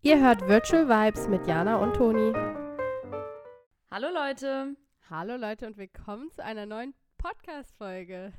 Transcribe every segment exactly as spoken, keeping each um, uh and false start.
Ihr hört Virtual Vibes mit Jana und Toni. Hallo Leute. Hallo Leute und willkommen zu einer neuen Podcast-Folge.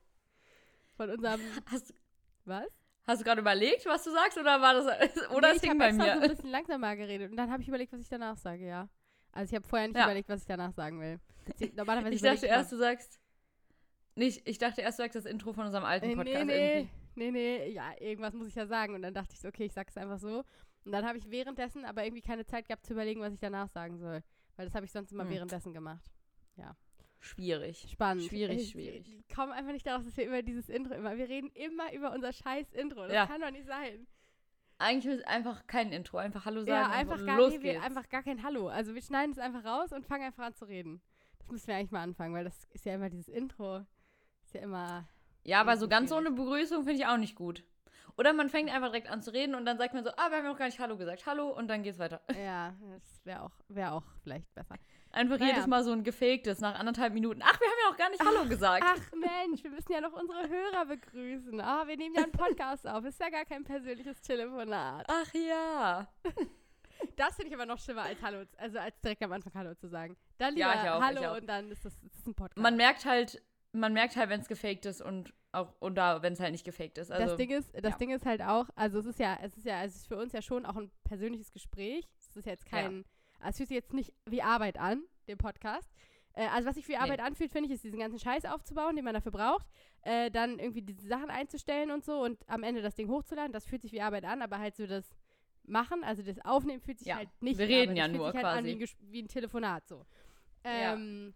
Von unserem... Hast, was? Hast du gerade überlegt, was du sagst, oder war das... Oder nee, es hing ich bei habe mir? extra so ein bisschen langsamer geredet und dann habe ich überlegt, was ich danach sage, ja. Also ich habe vorher nicht Ja. überlegt, was ich danach sagen will. Normalerweise Ich überleg dachte erst, du sagst... Nicht, ich dachte erst, du sagst das Intro von unserem alten Äh, Podcast nee, nee, irgendwie. nee, nee, ja, irgendwas muss ich ja sagen. Und dann dachte ich so, okay, ich sag's einfach so. Und dann habe ich währenddessen aber irgendwie keine Zeit gehabt zu überlegen, was ich danach sagen soll. Weil das habe ich sonst immer Hm. währenddessen gemacht. Ja. Schwierig. Spannend. Schwierig, ich, schwierig. Ich komme einfach nicht darauf, dass wir über dieses Intro immer, wir reden immer über unser scheiß Intro. Das Ja. kann doch nicht sein. Eigentlich ist einfach kein Intro, einfach Hallo sagen Ja, und einfach so, gar, los nee, wir, geht's. einfach gar kein Hallo. Also wir schneiden es einfach raus und fangen einfach an zu reden. Das müssen wir eigentlich mal anfangen, weil das ist ja immer dieses Intro. Ist ja immer... Ja, aber so irgendwie ganz schwierig. ohne Begrüßung finde ich auch nicht gut. Oder man fängt einfach direkt an zu reden und dann sagt man so, ah, wir haben noch gar nicht Hallo gesagt. Hallo und dann geht's weiter. Ja, das wäre auch, wär auch vielleicht besser. Einfach Naja. jedes Mal so ein gefaktes nach anderthalb Minuten. Ach, wir haben ja noch gar nicht Hallo gesagt. Ach Mensch, wir müssen ja noch unsere Hörer begrüßen. Ah, wir nehmen ja einen Podcast auf. Ist ja gar kein persönliches Telefonat. Ach ja. Das finde ich aber noch schlimmer als Hallo, also als direkt am Anfang Hallo zu sagen. Dann lieber Ja, ich auch, Hallo ich auch. und dann ist das, das ist ein Podcast. Man merkt halt, man merkt halt, wenn es gefaked ist und auch und da, wenn es halt nicht gefaked ist. Also, das Ding ist, das ja. Ding ist halt auch, also es ist ja, es ist ja, es ist für uns ja schon auch ein persönliches Gespräch. Es ist jetzt kein, also es fühlt sich jetzt nicht wie Arbeit an, dem Podcast. Äh, also was sich wie Arbeit Nee. anfühlt, finde ich, ist diesen ganzen Scheiß aufzubauen, den man dafür braucht, äh, dann irgendwie diese Sachen einzustellen und so und am Ende das Ding hochzuladen. Das fühlt sich wie Arbeit an, aber halt so das Machen, also das Aufnehmen fühlt sich Ja, halt nicht wir wie reden Arbeit. ja Das fühlt nur sich halt an wie quasi. ein, Ges- wie ein Telefonat so. Ja. Ähm,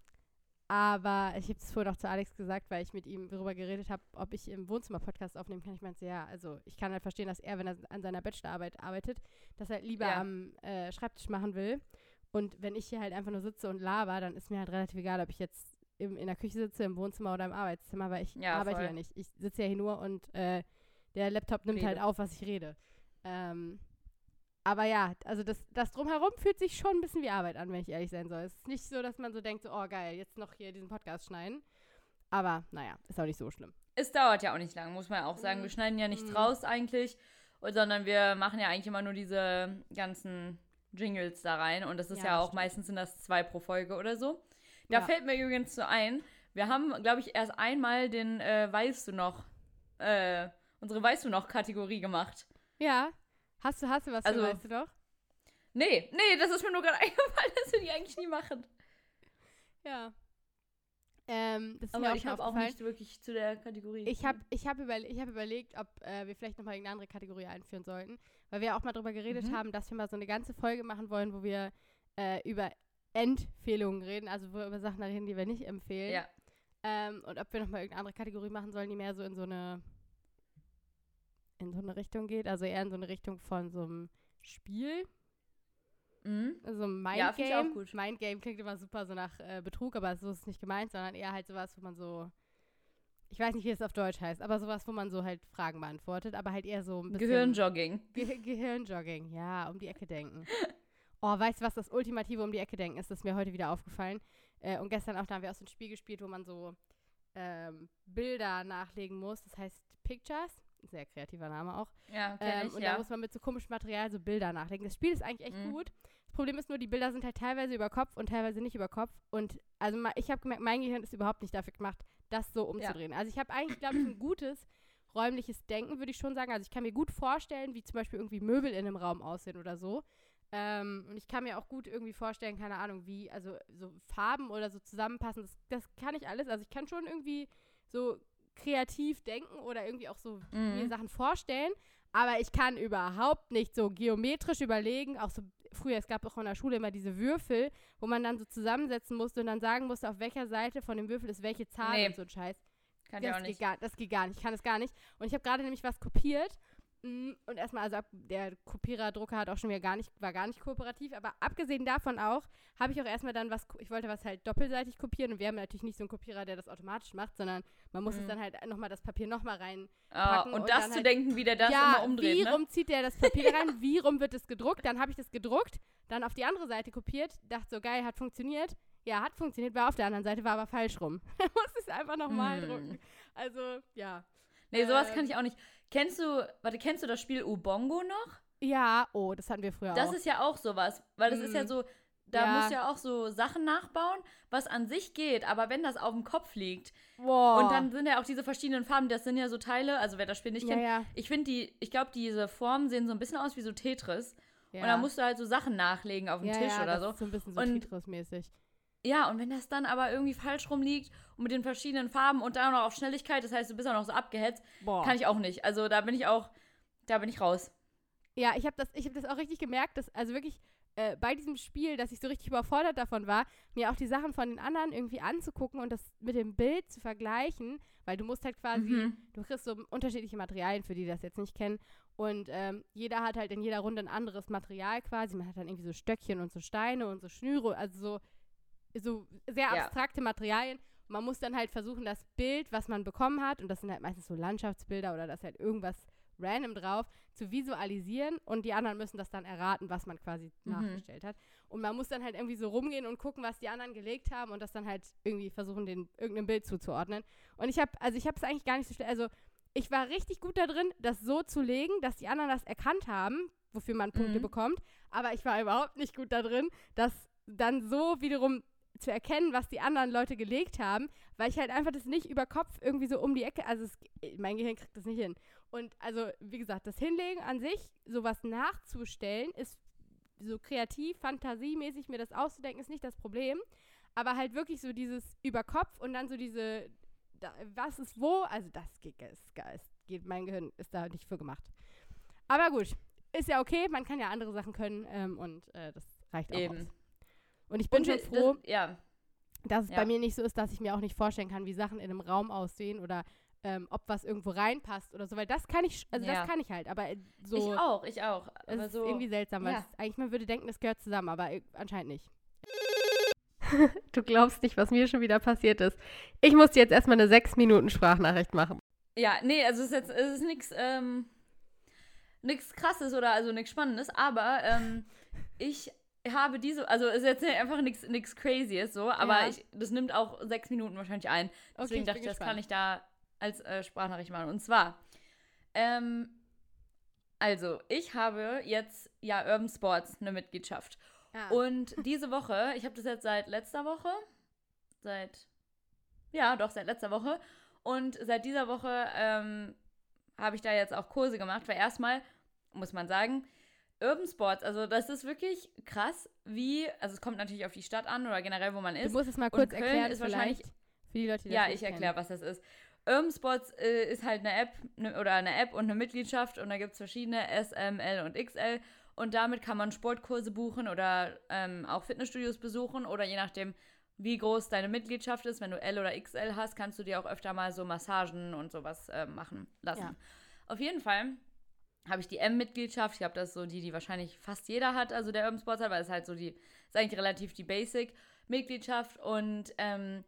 Aber ich habe es vorhin auch zu Alex gesagt, weil ich mit ihm darüber geredet habe, ob ich im Wohnzimmer Podcast aufnehmen kann. Ich meinte, ja, also ich kann halt verstehen, dass er, wenn er an seiner Bachelorarbeit arbeitet, das halt lieber Ja. am äh, Schreibtisch machen will. Und wenn ich hier halt einfach nur sitze und laber, dann ist mir halt relativ egal, ob ich jetzt im, in der Küche sitze, im Wohnzimmer oder im Arbeitszimmer, weil ich Ja, arbeite voll. ja nicht. Ich sitze ja hier nur und äh, der Laptop nimmt Rede. halt auf, was ich rede. Ähm, aber ja, also das, das Drumherum fühlt sich schon ein bisschen wie Arbeit an, wenn ich ehrlich sein soll. Es ist nicht so, dass man so denkt, so, oh geil, jetzt noch hier diesen Podcast schneiden. Aber naja, ist auch nicht so schlimm. Es dauert ja auch nicht lang, muss man ja auch sagen. Mhm. Wir schneiden ja nichts Mhm. raus eigentlich, und- sondern wir machen ja eigentlich immer nur diese ganzen Jingles da rein. Und das ist Ja, ja, das auch stimmt. meistens sind das zwei pro Folge oder so. Da Ja. fällt mir übrigens so ein, wir haben, glaube ich, erst einmal den äh, Weißt du noch, äh, unsere Weißt du noch Kategorie gemacht. Ja, hast du, hast du was, Also- für, weißt du doch? Nee, nee, das ist mir nur gerade eingefallen, dass wir die eigentlich nie machen. Ja. Ähm, das ist mir Aber auch ich schon habe auch aufgefallen. nicht wirklich zu der Kategorie. Ich habe ich hab überle ich hab überlegt, ob äh, wir vielleicht nochmal irgendeine andere Kategorie einführen sollten. Weil wir auch mal drüber geredet Mhm. haben, dass wir mal so eine ganze Folge machen wollen, wo wir äh, über Empfehlungen reden, also wo wir über Sachen reden, die wir nicht empfehlen. Ja. Ähm, und ob wir nochmal irgendeine andere Kategorie machen sollen, die mehr so in so eine in so eine Richtung geht. Also eher in so eine Richtung von so einem Spiel. Mhm. So ein Ja, find ich auch Mindgame. gut. Mindgame klingt immer super so nach äh, Betrug, aber so ist es nicht gemeint, sondern eher halt sowas, wo man so, ich weiß nicht, wie es auf Deutsch heißt, aber sowas, wo man so halt Fragen beantwortet, aber halt eher so ein bisschen... Gehirnjogging. Ge Gehirnjogging, ja, um die Ecke denken. Oh, weißt du, was das ultimative um die Ecke denken ist? Das ist mir heute wieder aufgefallen. Äh, und gestern auch, da haben wir auch so ein Spiel gespielt, wo man so ähm, Bilder nachlegen muss. Das heißt Pictures. Sehr kreativer Name auch. Ja, kenn Ähm, ich, und ja. da muss man mit so komischem Material so Bilder nachlegen. Das Spiel ist eigentlich echt Mhm. gut. Das Problem ist nur, die Bilder sind halt teilweise über Kopf und teilweise nicht über Kopf. Und also ma- ich habe gemerkt, mein Gehirn ist überhaupt nicht dafür gemacht, das so umzudrehen. Also ich habe eigentlich, glaube ich, ein gutes räumliches Denken, würde ich schon sagen. Also ich kann mir gut vorstellen, wie zum Beispiel irgendwie Möbel in einem Raum aussehen oder so. Ähm, und ich kann mir auch gut irgendwie vorstellen, keine Ahnung, wie, also so Farben oder so zusammenpassen. Das, das kann ich alles. Also ich kann schon irgendwie so kreativ denken oder irgendwie auch so Mhm. mir Sachen vorstellen. Aber ich kann überhaupt nicht so geometrisch überlegen, auch so früher, es gab auch in der Schule immer diese Würfel, wo man dann so zusammensetzen musste und dann sagen musste, auf welcher Seite von dem Würfel ist welche Zahl Nee. und so ein Scheiß. Kann ich Das auch geht, nicht. gar, das geht gar nicht, ich kann es gar nicht. Und ich habe gerade nämlich was kopiert mm, und erstmal, also ab, der Kopiererdrucker hat auch schon wieder gar nicht, war gar nicht kooperativ, aber abgesehen davon auch, habe ich auch erstmal dann was, ko- ich wollte was halt doppelseitig kopieren und wir haben natürlich nicht so einen Kopierer, der das automatisch macht, sondern man muss es Mhm. dann halt nochmal das Papier nochmal rein. Ah, packen und und das dann zu halt- denken, wie der das ja, immer umdreht, wie ne? rum zieht der das Papier da rein, wie rum wird es gedruckt, dann habe ich das gedruckt, dann auf die andere Seite kopiert, dachte so, geil, hat funktioniert. Ja, hat funktioniert, war auf der anderen Seite, war aber falsch rum. Dann musste ich es einfach nochmal Hm. drucken. Also, ja. Nee, sowas Ähm, kann ich auch nicht. Kennst du, warte, kennst du das Spiel Ubongo noch? Ja, oh, das hatten wir früher Das auch. ist ja auch sowas, weil das Mhm. ist ja so, da Ja. musst du ja auch so Sachen nachbauen, was an sich geht, aber wenn das auf dem Kopf liegt Boah. und dann sind ja auch diese verschiedenen Farben, das sind ja so Teile, also wer das Spiel nicht ja, kennt, ja. ich finde die, ich glaube, diese Formen sehen so ein bisschen aus wie so Tetris ja. und dann musst du halt so Sachen nachlegen auf dem ja, Tisch ja, oder das so. ist so ein bisschen so Und- Tetris-mäßig. Ja, und wenn das dann aber irgendwie falsch rumliegt und mit den verschiedenen Farben und dann auch noch auf Schnelligkeit, das heißt, du bist auch noch so abgehetzt, Boah. kann ich auch nicht. Also da bin ich auch, da bin ich raus. Ja, ich habe das, ich hab das auch richtig gemerkt, dass also wirklich äh, bei diesem Spiel, dass ich so richtig überfordert davon war, mir auch die Sachen von den anderen irgendwie anzugucken und das mit dem Bild zu vergleichen, weil du musst halt quasi, Mhm. du kriegst so unterschiedliche Materialien, für die das jetzt nicht kennen. Und ähm, jeder hat halt in jeder Runde ein anderes Material quasi. Man hat dann irgendwie so Stöckchen und so Steine und so Schnüre, also so, so sehr Ja. abstrakte Materialien. Und man muss dann halt versuchen, das Bild, was man bekommen hat, und das sind halt meistens so Landschaftsbilder oder da ist halt irgendwas random drauf, zu visualisieren und die anderen müssen das dann erraten, was man quasi Mhm. nachgestellt hat. Und man muss dann halt irgendwie so rumgehen und gucken, was die anderen gelegt haben und das dann halt irgendwie versuchen, den irgendeinem Bild zuzuordnen. Und ich habe, also ich habe es eigentlich gar nicht so schlecht, also ich war richtig gut da drin, das so zu legen, dass die anderen das erkannt haben, wofür man Punkte Mhm. bekommt, aber ich war überhaupt nicht gut da drin, das dann so wiederum zu erkennen, was die anderen Leute gelegt haben, weil ich halt einfach das nicht über Kopf irgendwie so um die Ecke, also es, mein Gehirn kriegt das nicht hin. Und also, wie gesagt, das Hinlegen an sich, sowas nachzustellen, ist so kreativ, fantasiemäßig mir das auszudenken, ist nicht das Problem. Aber halt wirklich so dieses über Kopf und dann so diese, da, was ist wo, also das geht, ist, ist, geht, mein Gehirn ist da nicht für gemacht. Aber gut, ist ja okay, man kann ja andere Sachen können ähm, und äh, das reicht auch Eben. aus. Und ich bin Und schon wir- froh, Das, ja. dass es Ja. bei mir nicht so ist, dass ich mir auch nicht vorstellen kann, wie Sachen in einem Raum aussehen oder ähm, ob was irgendwo reinpasst oder so, weil das kann ich, also Ja. das kann ich halt, aber äh, so, Ich auch, ich auch. es Aber ist so, irgendwie seltsam, weil ja. es, eigentlich man würde denken, das gehört zusammen, aber äh, anscheinend nicht. Du glaubst nicht, was mir schon wieder passiert ist. Ich musste jetzt erstmal eine sechs Minuten Sprachnachricht machen. Ja, nee, also es ist jetzt, es ist nichts, ähm, nichts Krasses oder also nichts Spannendes, aber ähm, ich habe diese, also es ist jetzt einfach nichts nichts Crazyes so, aber Ja. ich, das nimmt auch sechs Minuten wahrscheinlich ein. Deswegen ich dachte bin ich, das gespannt. kann ich da als äh, Sprachnachricht machen. Und zwar, ähm, also ich habe jetzt ja Urban Sports eine Mitgliedschaft. Ah. Und diese Woche, ich habe das jetzt seit letzter Woche, seit, ja, doch, seit letzter Woche. Und seit dieser Woche ähm, habe ich da jetzt auch Kurse gemacht, weil erstmal, muss man sagen, Urban Sports, also das ist wirklich krass, wie, also es kommt natürlich auf die Stadt an oder generell, wo man Du ist. musst es mal Und kurz Köln erklären, ist vielleicht, wahrscheinlich- für die Leute, die das Ja, nicht ich erkläre, was das ist. Urban Sports äh, ist halt eine App ne, oder eine App und eine Mitgliedschaft und da gibt es verschiedene S, M, L und X L und damit kann man Sportkurse buchen oder ähm, auch Fitnessstudios besuchen oder je nachdem, wie groß deine Mitgliedschaft ist, wenn du L oder X L hast, kannst du dir auch öfter mal so Massagen und sowas äh, machen lassen. Ja. Auf jeden Fall habe ich die M-Mitgliedschaft. Ich glaube, das ist so die, die wahrscheinlich fast jeder hat, also der Urban Sports hat, weil es halt so die, ist eigentlich relativ die Basic-Mitgliedschaft und ähm,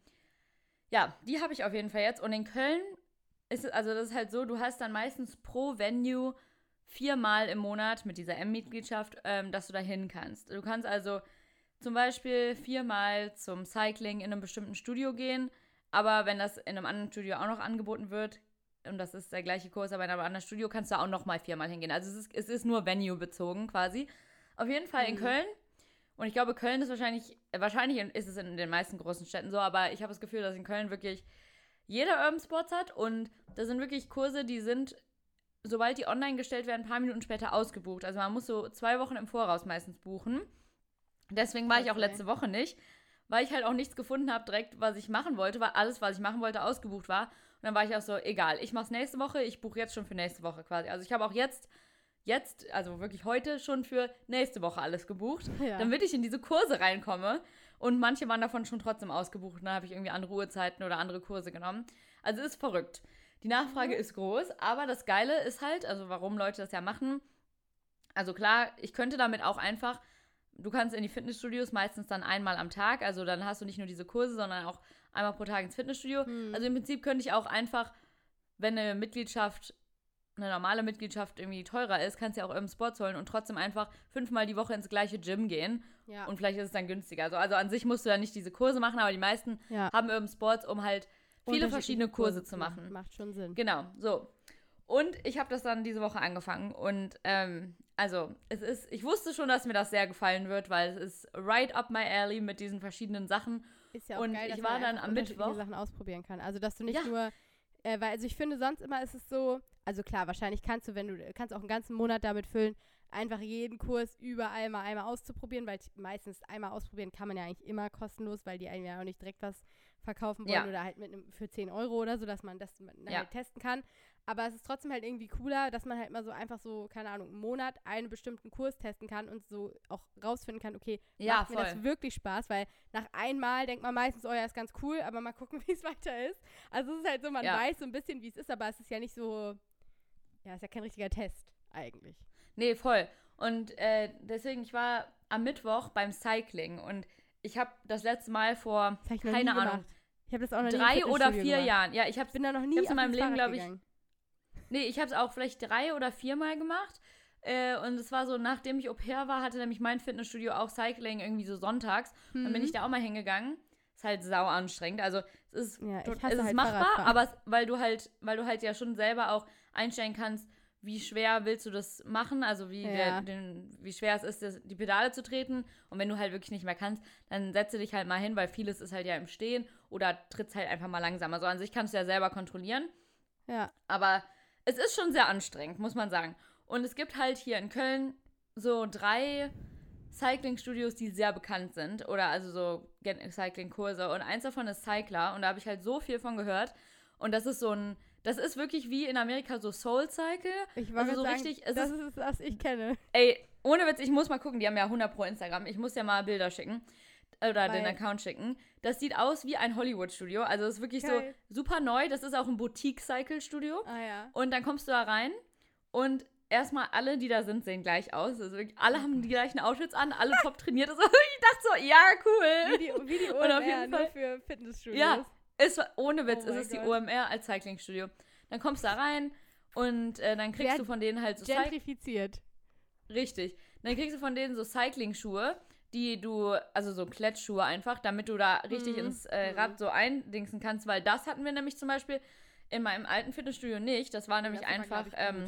ja, die habe ich auf jeden Fall jetzt. Und in Köln ist es, also das ist halt so, du hast dann meistens pro Venue viermal im Monat mit dieser M-Mitgliedschaft, ähm, dass du da hin kannst. Du kannst also zum Beispiel viermal zum Cycling in einem bestimmten Studio gehen, aber wenn das in einem anderen Studio auch noch angeboten wird, und das ist der gleiche Kurs, aber in einem anderen Studio kannst du auch noch mal viermal hingehen. Also es ist, es ist nur Venue-bezogen quasi. Auf jeden Fall in Mhm. Köln. Und ich glaube, Köln ist wahrscheinlich, wahrscheinlich ist es in den meisten großen Städten so, aber ich habe das Gefühl, dass in Köln wirklich jeder Urban Sports hat und da sind wirklich Kurse, die sind, sobald die online gestellt werden, ein paar Minuten später ausgebucht. Also man muss so zwei Wochen im Voraus meistens buchen. Deswegen war ich auch Okay. letzte Woche nicht, weil ich halt auch nichts gefunden habe direkt, was ich machen wollte, weil alles, was ich machen wollte, ausgebucht war. Und dann war ich auch so, egal, ich mach's nächste Woche, ich buche jetzt schon für nächste Woche quasi. Also ich habe auch jetzt, jetzt, also wirklich heute schon für nächste Woche alles gebucht, Ja. damit ich in diese Kurse reinkomme. Und manche waren davon schon trotzdem ausgebucht. Und dann habe ich irgendwie andere Uhrzeiten oder andere Kurse genommen. Also ist verrückt. Die Nachfrage Mhm. ist groß, aber das Geile ist halt, also warum Leute das ja machen, also klar, ich könnte damit auch einfach, du kannst in die Fitnessstudios meistens dann einmal am Tag, also dann hast du nicht nur diese Kurse, sondern auch einmal pro Tag ins Fitnessstudio. Hm. Also im Prinzip könnte ich auch einfach, wenn eine Mitgliedschaft, eine normale Mitgliedschaft irgendwie teurer ist, kannst du ja auch Urban Sports holen und trotzdem einfach fünfmal die Woche ins gleiche Gym gehen ja. und vielleicht ist es dann günstiger. Also, also an sich musst du ja nicht diese Kurse machen, aber die meisten ja. haben Urban Sports, um halt viele Unterschiedliche verschiedene Kurse zu machen. Macht schon Sinn. Genau, so. Und ich habe das dann diese Woche angefangen und ähm, also es ist, ich wusste schon, dass mir das sehr gefallen wird, weil es ist right up my alley mit diesen verschiedenen Sachen. Ist ja auch und geil, dass ich war man dann einfach am unterschiedliche Mittwoch. Sachen ausprobieren kann. Also, dass du nicht Ja. nur, äh, weil, also ich finde, sonst immer ist es so, also klar, wahrscheinlich kannst du, wenn du, kannst auch einen ganzen Monat damit füllen, einfach jeden Kurs überall mal einmal auszuprobieren, weil meistens einmal ausprobieren kann man ja eigentlich immer kostenlos, weil die einem ja auch nicht direkt was verkaufen wollen Ja. oder halt mit einem für zehn Euro oder so, dass man das man Ja. halt testen kann. Aber es ist trotzdem halt irgendwie cooler, dass man halt mal so einfach so, keine Ahnung, einen Monat einen bestimmten Kurs testen kann und so auch rausfinden kann, okay, Ja, macht mir das voll. wirklich Spaß, weil nach einmal denkt man meistens, oh ja, ist ganz cool, aber mal gucken, wie es weiter ist. Also es ist halt so, man Ja. weiß so ein bisschen, wie es ist, aber es ist ja nicht so, ja, ist ja kein richtiger Test eigentlich. Nee, voll. Und äh, deswegen, ich war am Mittwoch beim Cycling und ich habe das letzte Mal vor, Das hab ich noch keine nie Ahnung, gemacht. Ich habe das auch noch nie im drei oder Fitnessstudio vier gemacht. Jahren. Ja, ich habe Ich bin da noch nie ich hab's in auf meinem das Leben, Fahrrad glaub ich, gegangen. Nee, ich habe es auch vielleicht drei oder viermal gemacht. Äh, und es war so, nachdem ich Au pair war, hatte nämlich mein Fitnessstudio auch Cycling irgendwie so sonntags. Dann bin ich da auch mal hingegangen. Ist halt sau anstrengend. Also es ist, Ja, ich tot- hasse es ist halt machbar, Fahrradfahren. aber es, weil du halt, weil du halt ja schon selber auch einstellen kannst, wie schwer willst du das machen, also wie, Ja. der, den, wie schwer es ist, das, die Pedale zu treten. Und wenn du halt wirklich nicht mehr kannst, dann setze dich halt mal hin, weil vieles ist halt ja im Stehen oder trittst halt einfach mal langsamer. So an sich kannst du ja selber kontrollieren. Ja. Aber es ist schon sehr anstrengend, muss man sagen. Und es gibt halt hier in Köln so drei Cycling-Studios, die sehr bekannt sind. Oder also so Gen- Cycling-Kurse. Und eins davon ist Cycler. Und da habe ich halt so viel von gehört. Und das ist so ein, das ist wirklich wie in Amerika so Soul Cycle. Ich wollte Also so sagen, richtig, es das ist, ist es, was ich kenne. ey, ohne Witz, ich muss mal gucken, die haben ja hundert pro Instagram. Ich muss ja mal Bilder schicken. Oder den Weil- Account schicken. Das sieht aus wie ein Hollywood-Studio. Also es ist wirklich Geil. so super neu. Das ist auch ein Boutique-Cycle-Studio. Ah ja. Und dann kommst du da rein und erstmal alle, die da sind, sehen gleich aus. Also wirklich, alle haben die gleichen Outfits an, alle top trainiert. Also ich dachte so, ja, Wie cool. die, wie die Und auf O M R, jeden nur Fall- für Fitnessstudios. Ja, es war, ohne Witz, Oh es mein ist die Gott. O M R als Cycling-Studio. Dann kommst du da rein und äh, dann kriegst Sehr du von denen halt so Cycling. Gentrifiziert. Richtig. Dann kriegst du von denen so Cycling-Schuhe, die du, also so Klettschuhe einfach, damit du da richtig Mhm. ins äh, Mhm. Rad so eindingsen kannst, weil das hatten wir nämlich zum Beispiel in meinem alten Fitnessstudio nicht. Das war nämlich Das ist aber, einfach, glaub ich, ähm, gut.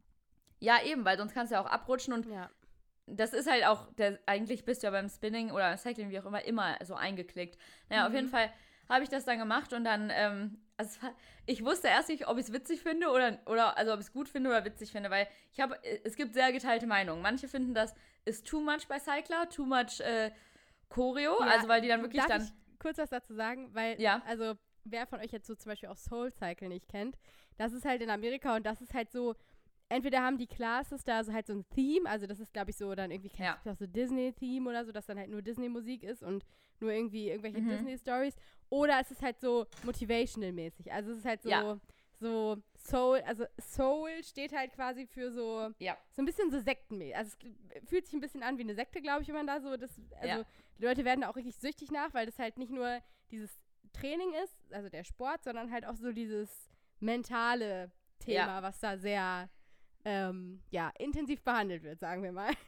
ja eben, weil sonst kannst du ja auch abrutschen und Ja. das ist halt auch, der, eigentlich bist du ja beim Spinning oder Cycling, wie auch immer, immer so eingeklickt. Naja, Mhm. auf jeden Fall habe ich das dann gemacht und dann, ähm, also es war, ich wusste erst nicht, ob ich es witzig finde oder, oder also ob ich es gut finde oder witzig finde, weil ich habe, es gibt sehr geteilte Meinungen. Manche finden, das ist too much bei Cycler, too much äh, Choreo, Ja, also weil die dann wirklich Darf dann, ich kurz was dazu sagen? Weil, Ja. also, wer von euch jetzt so zum Beispiel auch Soul Cycle nicht kennt, das ist halt in Amerika und das ist halt so, entweder haben die Classes da so halt so ein Theme, also das ist, glaube ich, so dann irgendwie, Ja. kennst du auch so Disney-Theme oder so, dass dann halt nur Disney-Musik ist und nur irgendwie irgendwelche Mhm. Disney-Stories. Oder es ist halt so motivational-mäßig. Also es ist halt so, Ja. so Soul, also Soul steht halt quasi für so, Ja. so ein bisschen so sektenmäßig. Also es fühlt sich ein bisschen an wie eine Sekte, glaube ich, wenn man da so, das, also Ja. die Leute werden da auch richtig süchtig nach, weil das halt nicht nur dieses Training ist, also der Sport, sondern halt auch so dieses mentale Thema, Ja. was da sehr, ähm, ja, intensiv behandelt wird, sagen wir mal.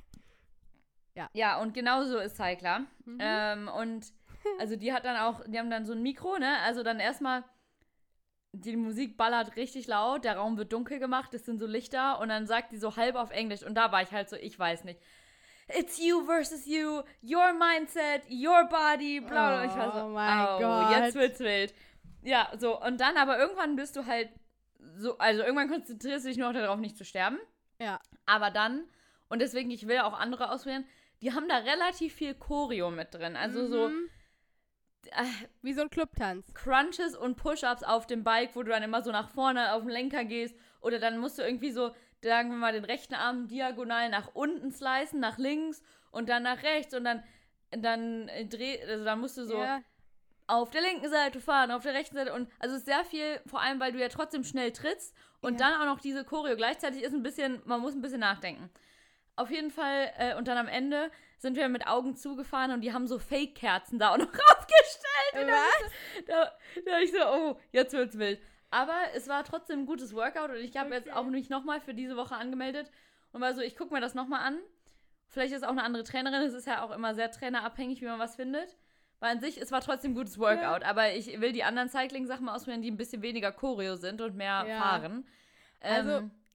Ja, und genauso ist Cycler. Mhm. Ähm, und also die hat dann auch, die haben dann so ein Mikro, ne? Also dann erstmal, die Musik ballert richtig laut, der Raum wird dunkel gemacht, es sind so Lichter und dann sagt die so halb auf Englisch und da war ich halt so, ich weiß nicht. It's you versus you, your mindset, your body, bla bla. Und ich war so, Oh mein oh, Gott. jetzt wird's wild. Ja, so, und dann aber irgendwann bist du halt so, also irgendwann konzentrierst du dich nur noch darauf, nicht zu sterben. Ja. Aber dann, und deswegen, ich will auch andere ausprobieren, die haben da relativ viel Choreo mit drin. Also so Mhm. äh, Wie so ein Clubtanz. Crunches und Push-Ups auf dem Bike, wo du dann immer so nach vorne auf den Lenker gehst. Oder dann musst du irgendwie so, sagen wir mal, den rechten Arm diagonal nach unten slicen, nach links und dann nach rechts. Und dann, dann äh, dreh, also dann musst du so Ja. auf der linken Seite fahren, auf der rechten Seite. Und also es ist sehr viel, vor allem, weil du ja trotzdem schnell trittst. Und Ja. dann auch noch diese Choreo. Gleichzeitig ist ein bisschen, man muss ein bisschen nachdenken. Auf jeden Fall, äh, und dann am Ende sind wir mit Augen zugefahren und die haben so Fake-Kerzen da auch noch aufgestellt. Und Was? da, da war ich so, oh, jetzt wird's wild. Aber es war trotzdem ein gutes Workout und ich habe jetzt Okay. auch mich nochmal für diese Woche angemeldet und war so, ich gucke mir das nochmal an. Vielleicht ist auch eine andere Trainerin, es ist ja auch immer sehr trainerabhängig, wie man was findet. Weil an sich, es war trotzdem ein gutes Workout, aber ich will die anderen Cycling-Sachen mal ausprobieren, die ein bisschen weniger Choreo sind und mehr Ja. fahren. Also, Ähm,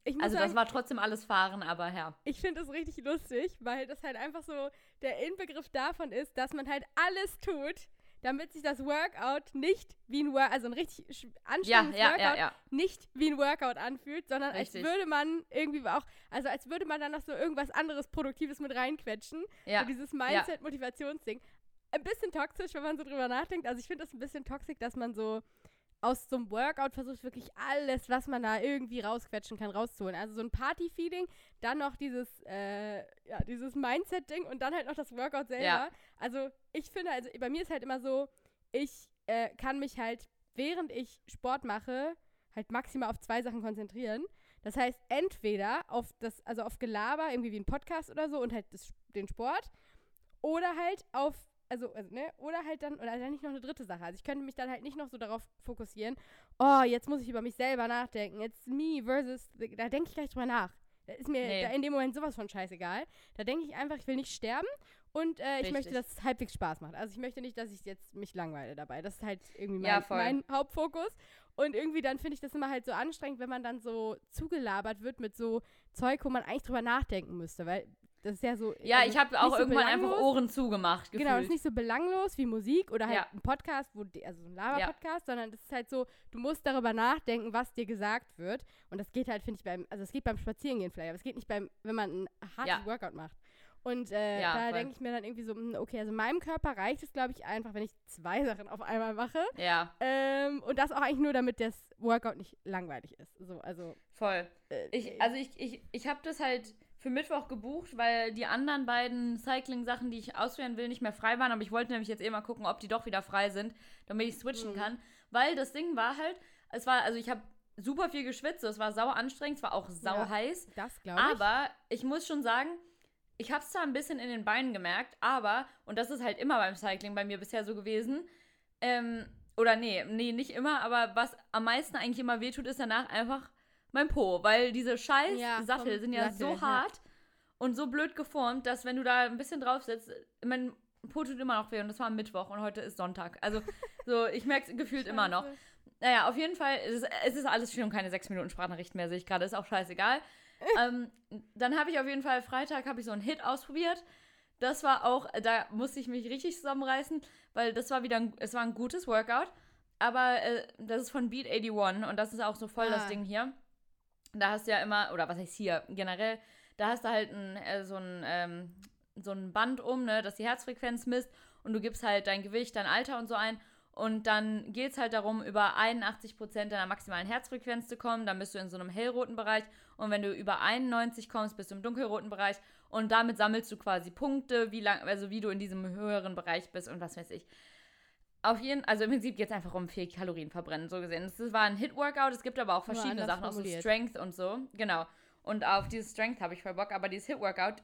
ich muss also sagen, das war trotzdem alles Fahren, aber ja. Ich finde es richtig lustig, weil das halt einfach so der Inbegriff davon ist, dass man halt alles tut, damit sich das Workout nicht wie ein Workout, also ein richtig anstrengendes ja, ja, Workout, ja, ja. nicht wie ein Workout anfühlt, sondern Richtig. als würde man irgendwie auch, also als würde man dann noch so irgendwas anderes Produktives mit reinquetschen. Ja. So dieses Mindset-Motivationsding. Ein bisschen toxisch, wenn man so drüber nachdenkt. Also ich finde das ein bisschen toxisch, dass man so aus so einem Workout versucht, wirklich alles, was man da irgendwie rausquetschen kann, rauszuholen. Also so ein Party-Feeling, dann noch dieses, äh, ja, dieses Mindset-Ding und dann halt noch das Workout selber. Ja. Also ich finde, also bei mir ist halt immer so, ich äh, kann mich halt, während ich Sport mache, halt maximal auf zwei Sachen konzentrieren. Das heißt, entweder auf das, also auf Gelaber, irgendwie wie ein Podcast oder so und halt das, den Sport, oder halt auf Also, also, ne, oder halt dann, oder dann nicht noch eine dritte Sache. Also ich könnte mich dann halt nicht noch so darauf fokussieren, oh, jetzt muss ich über mich selber nachdenken. It's me versus, da denke ich gar nicht drüber nach. Da ist mir Nee. da in dem Moment sowas von scheißegal. Da denke ich einfach, ich will nicht sterben und äh, ich Richtig. möchte, dass es halbwegs Spaß macht. Also ich möchte nicht, dass ich jetzt mich langweile dabei. Das ist halt irgendwie mein, Ja, voll. mein Hauptfokus. Und irgendwie dann finde ich das immer halt so anstrengend, wenn man dann so zugelabert wird mit so Zeug, wo man eigentlich drüber nachdenken müsste, weil das ist ja so. Ja, also ich habe auch nicht so irgendwann einfach belanglos. Ohren zugemacht, gefühlt. Genau, das ist nicht so belanglos wie Musik oder halt Ja. ein Podcast, wo die, also so ein Laber-Podcast, sondern das ist halt so, du musst darüber nachdenken, was dir gesagt wird. Und das geht halt, finde ich, beim, also es geht beim Spazierengehen vielleicht, aber es geht nicht beim, wenn man ein hartes Ja. Workout macht. Und äh, Ja, da voll. denke ich mir dann irgendwie so, hm, okay, also meinem Körper reicht es, glaube ich, einfach, wenn ich zwei Sachen auf einmal mache. Ja, Ähm, und das auch eigentlich nur, damit das Workout nicht langweilig ist. So, also, voll. äh, Ich, also ich, ich, ich habe das halt für Mittwoch gebucht, weil die anderen beiden Cycling-Sachen, die ich ausprobieren will, nicht mehr frei waren. Aber ich wollte nämlich jetzt eh mal gucken, ob die doch wieder frei sind, damit ich switchen Mhm. kann. Weil das Ding war halt, es war, also ich habe super viel geschwitzt, es war sau anstrengend, es war auch sau Ja. heiß. das glaube ich. Aber ich muss schon sagen, ich habe es zwar ein bisschen in den Beinen gemerkt, aber, und das ist halt immer beim Cycling bei mir bisher so gewesen, ähm, oder nee, nee, nicht immer, aber was am meisten eigentlich immer wehtut, ist danach einfach mein Po, weil diese scheiß Ja, Sattel vom sind ja Sattel, so ja. hart und so blöd geformt, dass wenn du da ein bisschen drauf sitzt, mein Po tut immer noch weh und das war am Mittwoch und heute ist Sonntag. Also so, ich merke es gefühlt immer noch. Scheiße. Naja, auf jeden Fall, es ist, es ist alles schon keine sechs Minuten Sprachnachrichten mehr, sehe ich gerade, ist auch scheißegal. ähm, dann habe ich auf jeden Fall, Freitag habe ich so einen Hit ausprobiert. Das war auch, da musste ich mich richtig zusammenreißen, weil das war wieder, ein, es war ein gutes Workout, aber äh, das ist von Beat einundachtzig und das ist auch so voll das Ah. Ding hier. Da hast du ja immer, oder was heißt hier, generell, da hast du halt ein, äh, so, ein, ähm, so ein Band um, ne, das die Herzfrequenz misst und du gibst halt dein Gewicht, dein Alter und so ein. Und dann geht es halt darum, über einundachtzig Prozent deiner maximalen Herzfrequenz zu kommen. Dann bist du in so einem hellroten Bereich. Und wenn du über einundneunzig kommst, bist du im dunkelroten Bereich. Und damit sammelst du quasi Punkte, wie lang, also wie du in diesem höheren Bereich bist und was weiß ich. Auf jeden also im Prinzip geht es einfach um viel Kalorien verbrennen, so gesehen. Das war ein Hit-Workout. Es gibt aber auch Nur verschiedene anders Sachen, auch so formuliert. Strength und so. Genau. Und auf dieses Strength habe ich voll Bock. Aber dieses Hit-Workout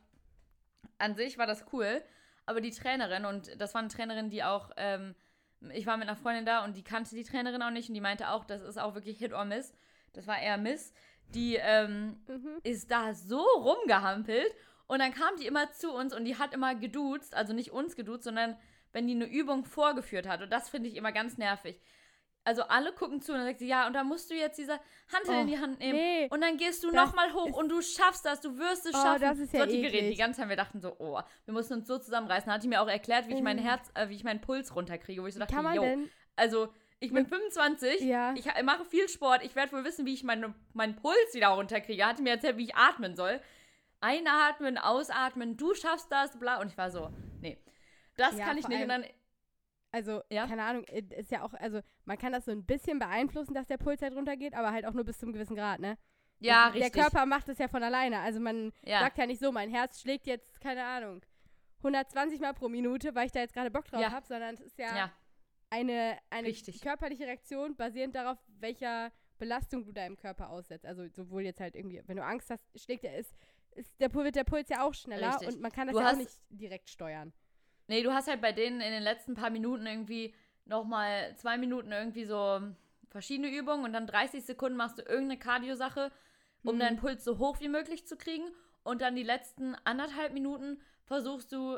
an sich war das cool. Aber die Trainerin, und das war eine Trainerin, die auch, ähm, ich war mit einer Freundin da und die kannte die Trainerin auch nicht und die meinte auch, das ist auch wirklich Hit or Miss. Das war eher Miss. Die ähm, Mhm. ist da so rumgehampelt und dann kam die immer zu uns und die hat immer geduzt, also nicht uns geduzt, sondern wenn die eine Übung vorgeführt hat. Und das finde ich immer ganz nervig. Also alle gucken zu und dann sagt sie, ja, und da musst du jetzt diese Hantel Oh, in die Hand nehmen. nee, Und dann gehst du das nochmal hoch ist- und du schaffst das, du wirst es Oh, schaffen. das ist ja so hat die geredet. eklig. Die ganze Zeit, wir dachten so, oh, wir mussten uns so zusammenreißen. Dann hat die mir auch erklärt, wie ich mein Mhm. Herz, äh, wie ich meinen Puls runterkriege, wo ich so dachte, Kann man yo, denn? also ich bin fünfundzwanzig, Ja. ich ha- mache viel Sport, ich werde wohl wissen, wie ich meine, meinen Puls wieder runterkriege. Hat die mir erzählt, wie ich atmen soll. Einatmen, ausatmen, du schaffst das, bla. Und ich war so, nee, das Ja, kann ich vor nicht. Und allem- dann, Also, Ja? keine Ahnung, äh, ist ja auch, also man kann das so ein bisschen beeinflussen, dass der Puls halt runtergeht, aber halt auch nur bis zum gewissen Grad, ne? ja, Das, richtig. Der Körper macht es ja von alleine. Also man Ja. sagt ja nicht so, mein Herz schlägt jetzt, keine Ahnung, hundertzwanzig Mal pro Minute, weil ich da jetzt gerade Bock drauf Ja. habe, sondern es ist ja, Ja, eine, eine Richtig. körperliche Reaktion basierend darauf, welcher Belastung du deinem Körper aussetzt. Also sowohl jetzt halt irgendwie, wenn du Angst hast, schlägt der, ist, ist der, wird der Puls ja auch schneller Richtig. und man kann das Du ja auch hast- nicht direkt steuern. nee, du hast halt bei denen in den letzten paar Minuten irgendwie nochmal zwei Minuten irgendwie so verschiedene Übungen und dann dreißig Sekunden machst du irgendeine Cardio-Sache, um Mhm. deinen Puls so hoch wie möglich zu kriegen und dann die letzten anderthalb Minuten versuchst du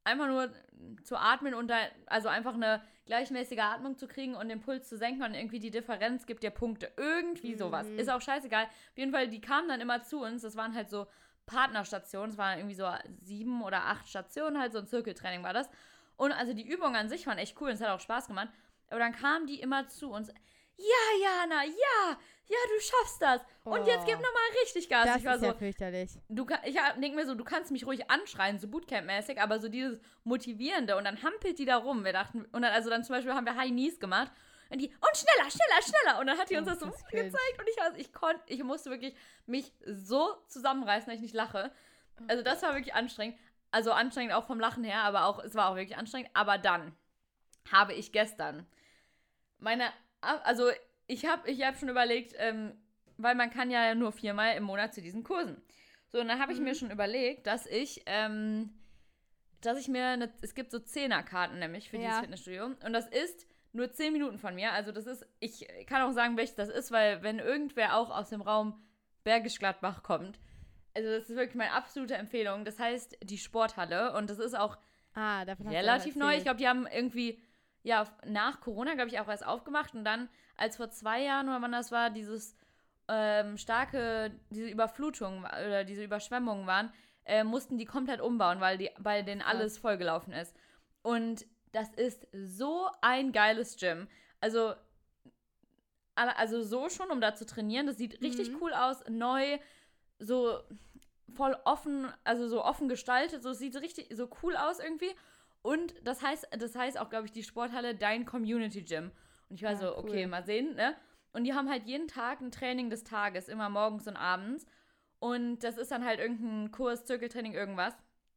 einfach nur zu atmen und da, also einfach eine gleichmäßige Atmung zu kriegen und den Puls zu senken und irgendwie die Differenz gibt dir Punkte. Irgendwie mhm. sowas. Ist auch scheißegal. Auf jeden Fall, die kamen dann immer zu uns. Das waren halt so Partnerstationen. Es waren irgendwie so sieben oder acht Stationen, halt so ein Zirkeltraining war das. Und also die Übungen an sich waren echt cool und es hat auch Spaß gemacht. Aber dann kamen die immer zu uns. Ja, Jana, ja, ja, du schaffst das. Oh, und jetzt gib nochmal richtig Gas. Das ich war ist so, ja fürchterlich. Du, ich denke mir so, du kannst mich ruhig anschreien, so Bootcamp-mäßig, aber so dieses Motivierende. Und dann hampelt die da rum. Wir dachten, und dann, also dann zum Beispiel haben wir High Knees gemacht. Und die, und schneller, schneller, schneller. Und dann hat die uns oh, das so das gezeigt. Und ich, also, ich konnte, ich musste wirklich mich so zusammenreißen, dass ich nicht lache. Also das war wirklich anstrengend. Also anstrengend auch vom Lachen her, aber auch, es war auch wirklich anstrengend. Aber dann habe ich gestern meine, also ich habe ich hab schon überlegt, ähm, weil man kann ja nur viermal im Monat zu diesen Kursen. So, und dann habe ich mhm. mir schon überlegt, dass ich, ähm, dass ich mir, eine, es gibt so Zehnerkarten nämlich für ja. dieses Fitnessstudio. Und das ist nur zehn Minuten von mir. Also das ist, ich kann auch sagen, welches das ist, weil wenn irgendwer auch aus dem Raum Bergisch Gladbach kommt, also das ist wirklich meine absolute Empfehlung. Das heißt die Sporthalle und das ist auch ah, relativ neu. Ich glaube, die haben irgendwie, ja, nach Corona, glaube ich, auch erst aufgemacht. Und dann, als vor zwei Jahren oder wann das war, dieses ähm, starke, diese Überflutung oder diese Überschwemmungen waren, äh, mussten die komplett umbauen, weil die, bei denen alles vollgelaufen ist. Und das ist so ein geiles Gym. Also, also so schon, um da zu trainieren. Das sieht richtig mhm. cool aus, neu, so voll offen, also so offen gestaltet. So, es sieht richtig so cool aus irgendwie. Und das heißt, das heißt auch, glaube ich, die Sporthalle Dein Community Gym. Und ich war ja, so, okay, cool. Mal sehen, ne? Und die haben halt jeden Tag ein Training des Tages, immer morgens und abends. Und das ist dann halt irgendein Kurs, Zirkeltraining, irgendwas.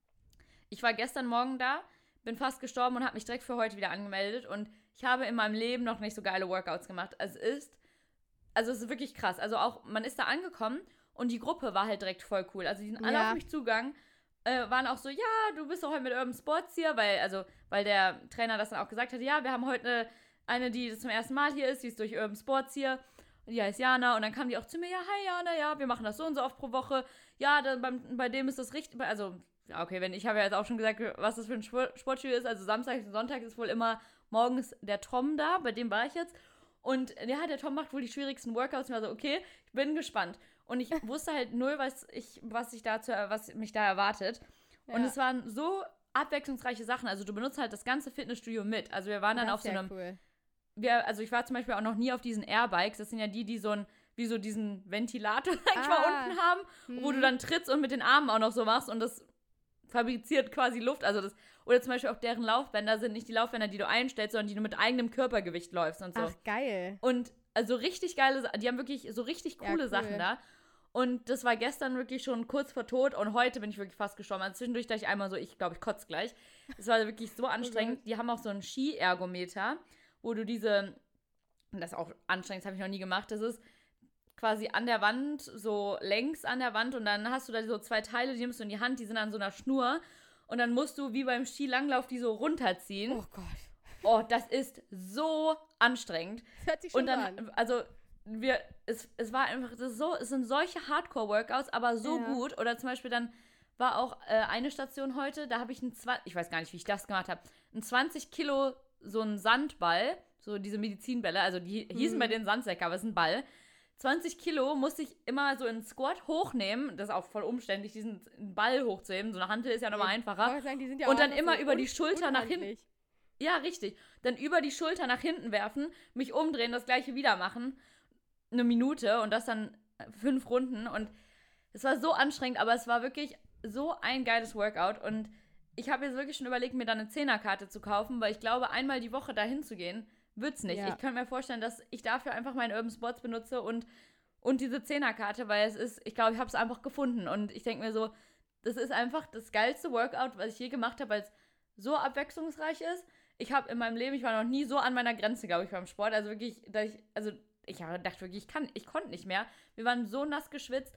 Ich war gestern Morgen da, bin fast gestorben und habe mich direkt für heute wieder angemeldet. Und ich habe in meinem Leben noch nicht so geile Workouts gemacht. Es ist, also es ist wirklich krass. Also auch, man ist da angekommen und die Gruppe war halt direkt voll cool. Also die sind alle ja. auf mich zugegangen. Äh, waren auch so, ja, du bist doch heute mit Urban Sports hier, weil, also, weil der Trainer das dann auch gesagt hat, ja, wir haben heute eine, eine, die zum ersten Mal hier ist, die ist durch Urban Sports hier, und die heißt Jana, und dann kam die auch zu mir, ja, hi Jana, ja, wir machen das so und so oft pro Woche, ja, dann beim, bei dem ist das richtig, also, ja, okay, wenn, ich habe ja jetzt auch schon gesagt, was das für ein Sportstudio ist, also Samstag und Sonntag ist wohl immer morgens der Tom da, bei dem war ich jetzt, und ja, der Tom macht wohl die schwierigsten Workouts, und ich war so, okay, ich bin gespannt. Und ich wusste halt null, was ich, was ich dazu, was mich da erwartet. Ja. Und es waren so abwechslungsreiche Sachen. Also du benutzt halt das ganze Fitnessstudio mit. Also wir waren dann auf so einem, cool. wir, also ich war zum Beispiel auch noch nie auf diesen Airbikes. Das sind ja die, die so ein, wie so diesen Ventilator eigentlich ah. mal unten haben, hm. wo du dann trittst und mit den Armen auch noch so machst und das fabriziert quasi Luft. Also das, oder zum Beispiel auch deren Laufbänder sind nicht die Laufbänder, die du einstellst, sondern die du mit eigenem Körpergewicht läufst und so. Ach, geil. Und also richtig geile, die haben wirklich so richtig coole ja, cool. Sachen da. Und das war gestern wirklich schon kurz vor Tot und heute bin ich wirklich fast gestorben. Also zwischendurch dachte ich einmal so, ich glaube, ich kotze gleich. Es war wirklich so anstrengend. Die haben auch so einen Ski-Ergometer, wo du diese, das ist auch anstrengend, das habe ich noch nie gemacht, das ist quasi an der Wand, so längs an der Wand und dann hast du da so zwei Teile, die nimmst du in die Hand, die sind an so einer Schnur und dann musst du wie beim Skilanglauf die so runterziehen. Oh Gott. Oh, das ist so anstrengend. Das hört sich schon und dann, an. Also wir, es, es war einfach das so, es sind solche Hardcore-Workouts, aber so ja. gut. Oder zum Beispiel dann war auch äh, eine Station heute, da habe ich einen, ich weiß gar nicht, wie ich das gemacht habe, einen zwanzig Kilo, so einen Sandball, so diese Medizinbälle, also die mhm. hießen bei den Sandsäcke, aber es ist ein Ball. zwanzig Kilo musste ich immer so in Squat hochnehmen, das ist auch voll umständlich, diesen Ball hochzuheben, so eine Hantel ist ja nochmal einfacher. Sagen, die sind ja und dann immer so über die Schulter nach hinten. Ja, richtig. Dann über die Schulter nach hinten werfen, mich umdrehen, das gleiche wieder machen. Eine Minute und das dann fünf Runden und es war so anstrengend, aber es war wirklich so ein geiles Workout und ich habe jetzt wirklich schon überlegt, mir dann eine Zehnerkarte zu kaufen, weil ich glaube, einmal die Woche dahin zu gehen, wird's nicht. Ja. Ich könnte mir vorstellen, dass ich dafür einfach meinen Urban Sports benutze und, und diese Zehnerkarte, weil es ist, ich glaube, ich habe es einfach gefunden und ich denke mir so, das ist einfach das geilste Workout, was ich je gemacht habe, weil es so abwechslungsreich ist. Ich habe in meinem Leben, ich war noch nie so an meiner Grenze, glaube ich, beim Sport, also wirklich, dass ich, also ich dachte wirklich, ich kann, ich konnte nicht mehr. Wir waren so nass geschwitzt.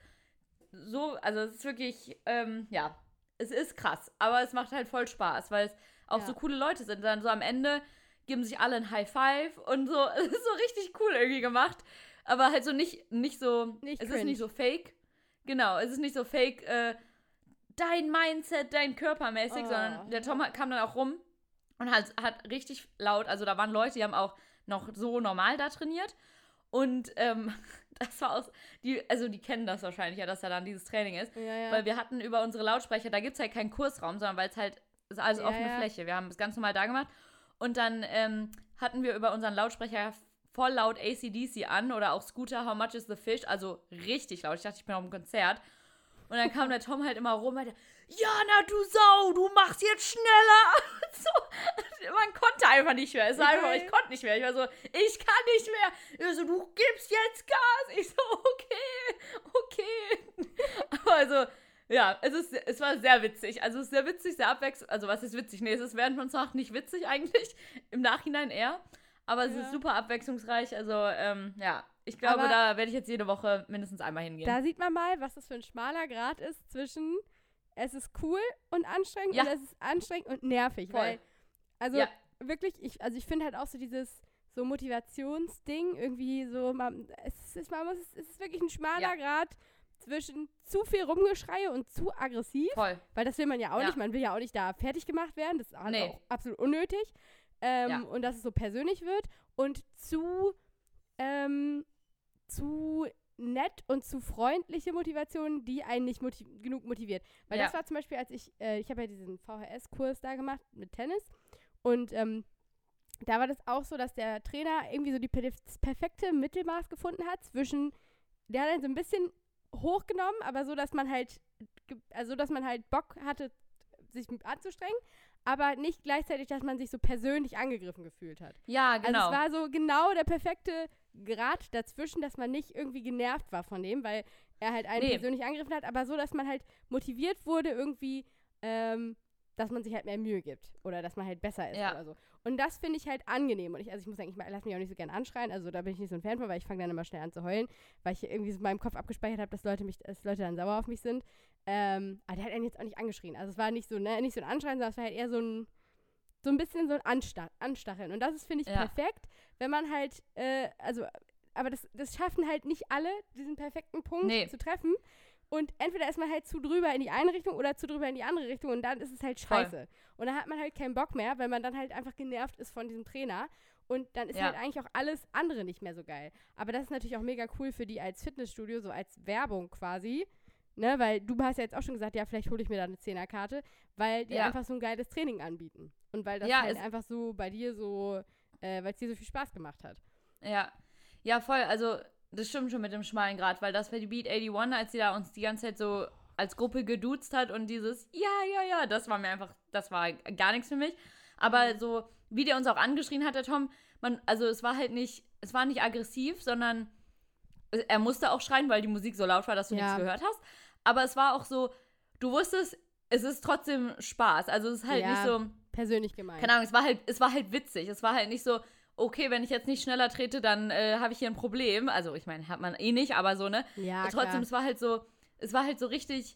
So, also es ist wirklich, ähm, ja, es ist krass. Aber es macht halt voll Spaß, weil es auch ja. so coole Leute sind. Dann so am Ende geben sich alle ein High Five und so. Es ist so richtig cool irgendwie gemacht. Aber halt so nicht, nicht so, nicht es cringe. Ist nicht so fake. Genau, es ist nicht so fake, äh, dein Mindset, dein Körpermäßig, oh, sondern der Tom kam dann auch rum und hat, hat richtig laut, also da waren Leute, die haben auch noch so normal da trainiert und ähm, das war auch, die, also die kennen das wahrscheinlich ja, dass da dann dieses Training ist, ja, ja. weil wir hatten über unsere Lautsprecher, da gibt es halt keinen Kursraum, sondern weil es halt, ist alles ja, offene ja. Fläche, wir haben es ganz normal da gemacht und dann ähm, hatten wir über unseren Lautsprecher voll laut A C D C an oder auch Scooter, How Much is the Fish, also richtig laut, ich dachte, ich bin auf einem Konzert und dann kam der Tom halt immer rum und meinte, Jana, du Sau, du machst jetzt schneller. So, man konnte einfach nicht mehr. Es war einfach, ich konnte nicht mehr. Ich war so, ich kann nicht mehr. Ich so, du gibst jetzt Gas. Ich so, okay, okay. Aber also, ja, es, ist, es war sehr witzig. Also es ist sehr witzig, sehr abwechslungsreich. Also was ist witzig? Nee, es ist während man es macht nicht witzig eigentlich. Im Nachhinein eher. Aber es ja. ist super abwechslungsreich. Also, ähm, ja. Ich glaube, aber da werde ich jetzt jede Woche mindestens einmal hingehen. Da sieht man mal, was das für ein schmaler Grad ist zwischen es ist cool und anstrengend ja. und es ist anstrengend und nervig. Voll. Weil, also ja. wirklich, ich, also ich finde halt auch so dieses so Motivationsding irgendwie so, man, es, ist, man muss, es ist wirklich ein schmaler ja. Grad zwischen zu viel Rumgeschreie und zu aggressiv. Voll. Weil das will man ja auch ja. nicht. Man will ja auch nicht da fertig gemacht werden. Das ist halt nee. auch absolut unnötig. Ähm, ja. Und dass es so persönlich wird. Und zu, ähm, zu nett und zu freundliche Motivation, die einen nicht motiv- genug motiviert. Weil ja. das war zum Beispiel, als ich, äh, ich habe ja diesen V H S-Kurs da gemacht mit Tennis und ähm, da war das auch so, dass der Trainer irgendwie so die per- das perfekte Mittelmaß gefunden hat zwischen, der hat dann so ein bisschen hochgenommen, aber so, dass man halt, also dass man halt Bock hatte, sich anzustrengen, aber nicht gleichzeitig, dass man sich so persönlich angegriffen gefühlt hat. Ja, genau. Also es war so genau der perfekte Grad dazwischen, dass man nicht irgendwie genervt war von dem, weil er halt einen nee. persönlich angegriffen hat, aber so, dass man halt motiviert wurde irgendwie, ähm, dass man sich halt mehr Mühe gibt oder dass man halt besser ist ja. oder so. Und das finde ich halt angenehm. Und ich, also ich muss sagen, ich lasse mich auch nicht so gern anschreien, also da bin ich nicht so ein Fan von, weil ich fange dann immer schnell an zu heulen, weil ich irgendwie so in meinem Kopf abgespeichert habe, dass Leute mich, dass Leute dann sauer auf mich sind. Ähm, aber der hat einen jetzt auch nicht angeschrien. Also es war nicht so, ne, nicht so ein Anschreien, sondern es war halt eher so ein so ein bisschen so ein Ansta- Anstacheln. Und das ist, finde ich, ja. perfekt, wenn man halt, äh, also, aber das, das schaffen halt nicht alle, diesen perfekten Punkt nee. zu treffen. Und entweder ist man halt zu drüber in die eine Richtung oder zu drüber in die andere Richtung und dann ist es halt scheiße. Voll. Und dann hat man halt keinen Bock mehr, weil man dann halt einfach genervt ist von diesem Trainer. Und dann ist ja. halt eigentlich auch alles andere nicht mehr so geil. Aber das ist natürlich auch mega cool für die als Fitnessstudio, so als Werbung quasi. Ne, weil du hast ja jetzt auch schon gesagt, ja, vielleicht hole ich mir da eine Zehnerkarte, weil die ja. einfach so ein geiles Training anbieten. Und weil das ja, halt einfach so bei dir so, äh, weil es dir so viel Spaß gemacht hat. Ja, ja, voll. Also, das stimmt schon mit dem schmalen Grad, weil das war die Beat einundachtzig, als sie da uns die ganze Zeit so als Gruppe geduzt hat und dieses, ja, ja, ja, das war mir einfach, das war gar nichts für mich. Aber so, wie der uns auch angeschrien hat, der Tom, man, also es war halt nicht, es war nicht aggressiv, sondern er musste auch schreien, weil die Musik so laut war, dass du ja. nichts gehört hast. Aber es war auch so, du wusstest, es ist trotzdem Spaß. Also es ist halt ja, nicht so persönlich gemeint. Keine Ahnung, es war halt, es war halt witzig. Es war halt nicht so, okay, wenn ich jetzt nicht schneller trete, dann äh, habe ich hier ein Problem. Also ich meine, hat man eh nicht, aber so, ne? Ja, trotzdem, klar. es war halt so, es war halt so richtig,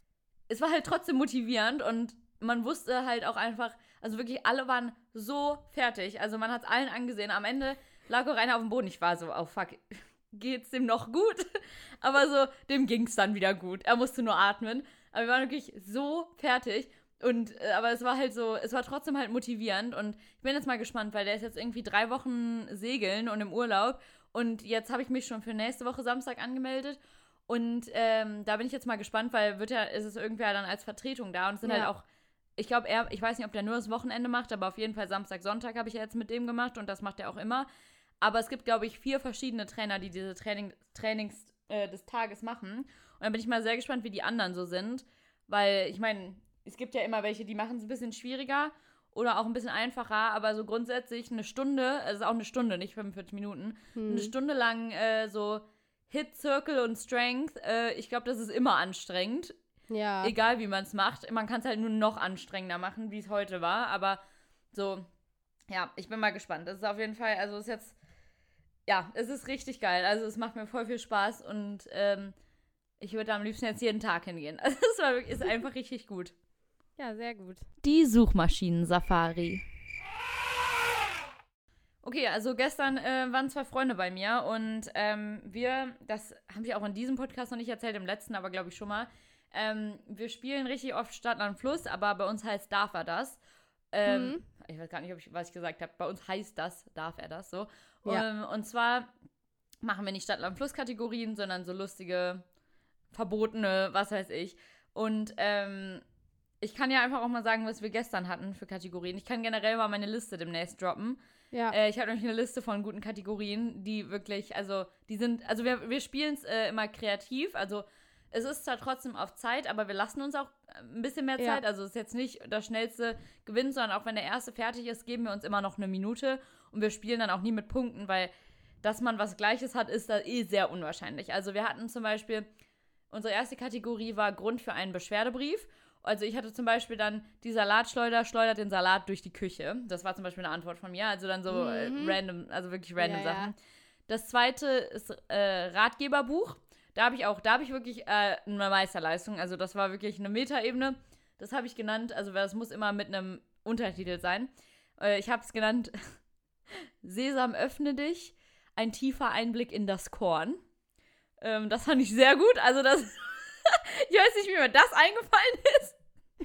es war halt trotzdem motivierend und man wusste halt auch einfach, also wirklich alle waren so fertig. Also man hat es allen angesehen. Am Ende lag auch einer auf dem Boden. Ich war so, oh fuck, geht's dem noch gut? Aber so, dem ging's dann wieder gut. Er musste nur atmen. Aber wir waren wirklich so fertig. Und, äh, aber es war halt so, es war trotzdem halt motivierend. Und ich bin jetzt mal gespannt, weil der ist jetzt irgendwie drei Wochen segeln und im Urlaub. Und jetzt habe ich mich schon für nächste Woche Samstag angemeldet. Und ähm, da bin ich jetzt mal gespannt, weil wird ja, ist es irgendwer dann als Vertretung da. Und es sind ja. halt auch, ich glaube, er, ich weiß nicht, ob der nur das Wochenende macht, aber auf jeden Fall Samstag, Sonntag habe ich ja jetzt mit dem gemacht. Und das macht er auch immer. Aber es gibt, glaube ich, vier verschiedene Trainer, die diese Training, Trainings äh, des Tages machen. Und dann bin ich mal sehr gespannt, wie die anderen so sind. Weil, ich meine, es gibt ja immer welche, die machen es ein bisschen schwieriger oder auch ein bisschen einfacher. Aber so grundsätzlich eine Stunde, es ist auch eine Stunde, nicht fünfundvierzig Minuten, hm. eine Stunde lang äh, so Hit, Circle und Strength. Äh, ich glaube, das ist immer anstrengend. Ja. Egal, wie man es macht. Man kann es halt nur noch anstrengender machen, wie es heute war. Aber so, ja, ich bin mal gespannt. Das ist auf jeden Fall, also ist jetzt ja, es ist richtig geil. Also es macht mir voll viel Spaß und ähm, ich würde am liebsten jetzt jeden Tag hingehen. Also es war wirklich, ist einfach richtig gut. Ja, sehr gut. Die Suchmaschinen-Safari. Okay, also gestern äh, waren zwei Freunde bei mir und ähm, wir, das habe ich auch in diesem Podcast noch nicht erzählt, im letzten aber glaube ich schon mal, Ähm, wir spielen richtig oft Stadt, Land, Fluss, aber bei uns heißt darf er das. Ähm, mhm. Ich weiß gar nicht, ob ich, was ich gesagt habe. Bei uns heißt das, darf er das so. Ja. Um, und zwar machen wir nicht Stadt, Land, Fluss-Kategorien, sondern so lustige, verbotene, was weiß ich. Und ähm, ich kann ja einfach auch mal sagen, was wir gestern hatten für Kategorien. Ich kann generell mal meine Liste demnächst droppen. Ja. Äh, ich habe nämlich eine Liste von guten Kategorien, die wirklich, also die sind, also wir, wir spielen es äh, immer kreativ, also es ist zwar trotzdem auf Zeit, aber wir lassen uns auch ein bisschen mehr Zeit. Ja. Also es ist jetzt nicht das schnellste Gewinn, sondern auch wenn der erste fertig ist, geben wir uns immer noch eine Minute. Und wir spielen dann auch nie mit Punkten, weil dass man was Gleiches hat, ist da eh sehr unwahrscheinlich. Also wir hatten zum Beispiel, unsere erste Kategorie war Grund für einen Beschwerdebrief. Also ich hatte zum Beispiel dann, die Salatschleuder schleudert den Salat durch die Küche. Das war zum Beispiel eine Antwort von mir. Also dann so mhm. äh, random, also wirklich random ja, Sachen. Ja. Das zweite ist äh, Ratgeberbuch. Da habe ich auch, da habe ich wirklich äh, eine Meisterleistung. Also das war wirklich eine Metaebene. Das habe ich genannt, also das muss immer mit einem Untertitel sein. Äh, ich habe es genannt Sesam, öffne dich. Ein tiefer Einblick in das Korn. Ähm, das fand ich sehr gut. Also das, ich weiß nicht, wie mir das eingefallen ist.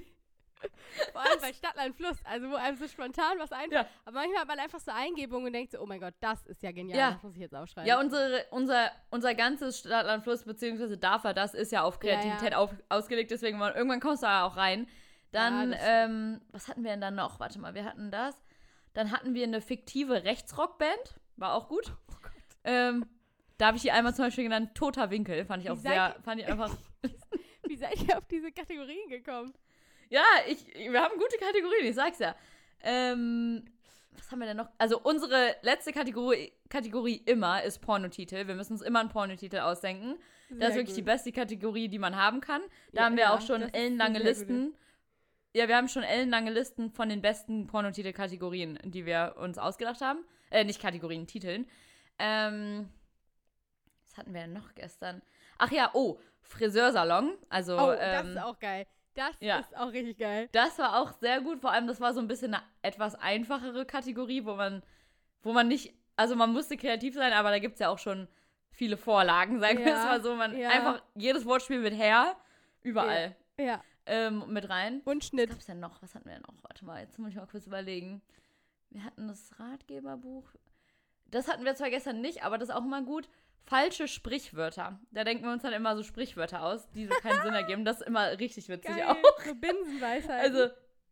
Vor allem bei Stadt, Land, Fluss, also wo einem so spontan was einfällt. Ja. Aber manchmal hat man einfach so Eingebungen und denkt so, oh mein Gott, das ist ja genial, ja. Das muss ich jetzt aufschreiben. Ja, unsere, unser, unser ganzes Stadt, Land, Fluss, beziehungsweise darf er, das ist ja auf Kreativität ja, ja. Auf, ausgelegt, deswegen man, irgendwann kommst du da auch rein. Dann, ja, ähm, was hatten wir denn dann noch? Warte mal, wir hatten das. Dann hatten wir eine fiktive Rechtsrockband, war auch gut. Oh Gott. Ähm, da habe ich die einmal zum Beispiel genannt, Toter Winkel, fand ich auch sehr, fand ich einfach... Wie seid ihr auf diese Kategorien gekommen? Ja, ich, wir haben gute Kategorien, ich sag's ja. Ähm, was haben wir denn noch? Also unsere letzte Kategorie, Kategorie immer ist Pornotitel. Wir müssen uns immer einen Pornotitel ausdenken. Sehr das ist wirklich gut. Die beste Kategorie, die man haben kann. Da ja, haben wir ja, auch schon ellenlange Listen. Gute. Ja, wir haben schon ellenlange Listen von den besten Pornotitel-Kategorien, die wir uns ausgedacht haben. Äh, nicht Kategorien, Titeln. Ähm, was hatten wir denn noch gestern? Ach ja, oh, Friseursalon. Also, oh, ähm, das ist auch geil. Das ja. ist auch richtig geil. Das war auch sehr gut. Vor allem, das war so ein bisschen eine etwas einfachere Kategorie, wo man, wo man nicht, also man musste kreativ sein, aber da gibt es ja auch schon viele Vorlagen, sagen wir ja. es mal so. Man ja. einfach jedes Wortspiel mit her, überall. Ja. ja. Ähm, mit rein. Und Schnitt. Was gab's denn noch? Was hatten wir denn noch? Warte mal, jetzt muss ich mal kurz überlegen. Wir hatten das Ratgeberbuch. Das hatten wir zwar gestern nicht, aber das ist auch immer gut. Falsche Sprichwörter. Da denken wir uns dann immer so Sprichwörter aus, die so keinen Sinn ergeben. Das ist immer richtig witzig Geil, auch. So Binsenweisheiten. Also,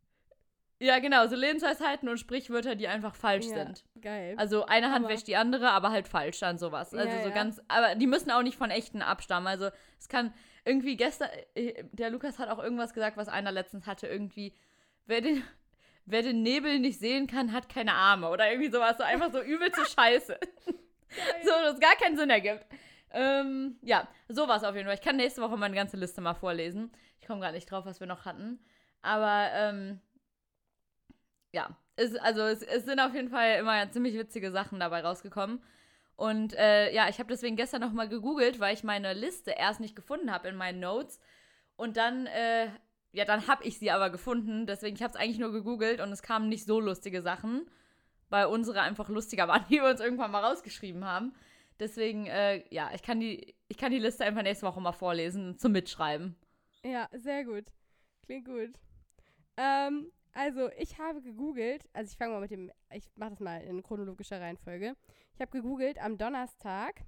ja genau, so Lebensweisheiten und Sprichwörter, die einfach falsch ja, sind. Geil. Also eine Hand aber wäscht die andere, aber halt falsch dann sowas. Also ja, so ja. ganz, aber die müssen auch nicht von echten abstammen. Also es kann irgendwie gestern, der Lukas hat auch irgendwas gesagt, was einer letztens hatte, irgendwie, wer den, wer den Nebel nicht sehen kann, hat keine Arme. Oder irgendwie sowas, so einfach so übelste Scheiße. So, das gar keinen Sinn ergibt. Ähm, ja, sowas auf jeden Fall. Ich kann nächste Woche meine ganze Liste mal vorlesen. Ich komme gar nicht drauf, was wir noch hatten. Aber, ähm, ja, es, also es, es sind auf jeden Fall immer ziemlich witzige Sachen dabei rausgekommen. Und äh, ja, ich habe deswegen gestern noch mal gegoogelt, weil ich meine Liste erst nicht gefunden habe in meinen Notes. Und dann, äh, ja, dann habe ich sie aber gefunden. Deswegen, ich habe es eigentlich nur gegoogelt und es kamen nicht so lustige Sachen, weil unsere einfach lustiger waren, die wir uns irgendwann mal rausgeschrieben haben. Deswegen, äh, ja, ich kann, die, ich kann die Liste einfach nächste Woche mal vorlesen zum Mitschreiben. Ja, sehr gut. Klingt gut. Ähm, also, ich habe gegoogelt, also ich fange mal mit dem, ich mache das mal in chronologischer Reihenfolge. Ich habe gegoogelt am Donnerstag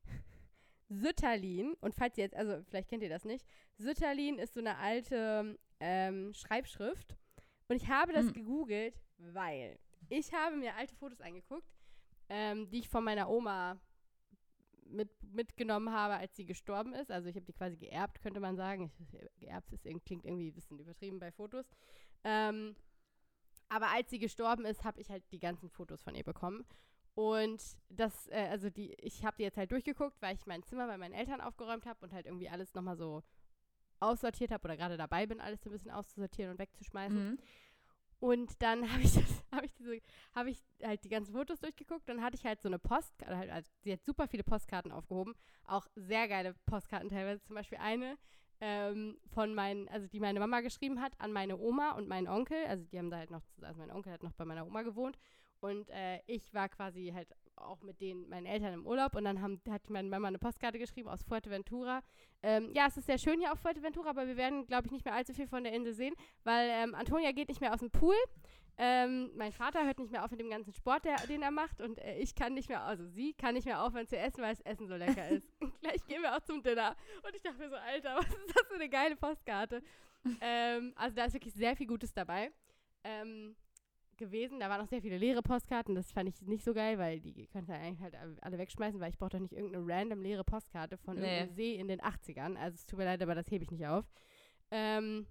Sütterlin, und falls ihr jetzt, also vielleicht kennt ihr das nicht, Sütterlin ist so eine alte ähm, Schreibschrift, und ich habe das hm. gegoogelt, weil ich habe mir alte Fotos angeguckt, ähm, die ich von meiner Oma mit, mitgenommen habe, als sie gestorben ist. Also ich habe die quasi geerbt, könnte man sagen. Ich, geerbt ist, klingt irgendwie ein bisschen übertrieben bei Fotos. Ähm, aber als sie gestorben ist, habe ich halt die ganzen Fotos von ihr bekommen. Und das, äh, also die, ich habe die jetzt halt durchgeguckt, weil ich mein Zimmer bei meinen Eltern aufgeräumt habe und halt irgendwie alles nochmal so aussortiert habe oder gerade dabei bin, alles so ein bisschen auszusortieren und wegzuschmeißen. Mhm. Und dann habe ich das, habe ich diese, habe ich halt die ganzen Fotos durchgeguckt. Dann hatte ich halt so eine Postkarte, halt, also sie hat super viele Postkarten aufgehoben, auch sehr geile Postkarten teilweise. Zum Beispiel eine ähm, von meinen, also die meine Mama geschrieben hat an meine Oma und meinen Onkel. Also die haben da halt noch, also mein Onkel hat noch bei meiner Oma gewohnt. Und äh, ich war quasi halt auch mit denen, meinen Eltern im Urlaub und dann haben, hat meine Mama eine Postkarte geschrieben aus Fuerteventura. Ähm, ja, es ist sehr schön hier auf Fuerteventura, aber wir werden, glaube ich, nicht mehr allzu viel von der Insel sehen, weil ähm, Antonia geht nicht mehr aus dem Pool. Ähm, mein Vater hört nicht mehr auf mit dem ganzen Sport, der, den er macht und äh, ich kann nicht mehr, also sie kann nicht mehr aufhören zu essen, weil das Essen so lecker ist. Gleich gehen wir auch zum Dinner. Und ich dachte mir so, Alter, was ist das für eine geile Postkarte? ähm, also da ist wirklich sehr viel Gutes dabei. Ähm, gewesen. Da waren auch sehr viele leere Postkarten. Das fand ich nicht so geil, weil die könnt ihr eigentlich halt alle wegschmeißen, weil ich brauche doch nicht irgendeine random leere Postkarte von nee. irgendeinem See in den achtzigern. Also es tut mir leid, aber das hebe ich nicht auf. Ähm,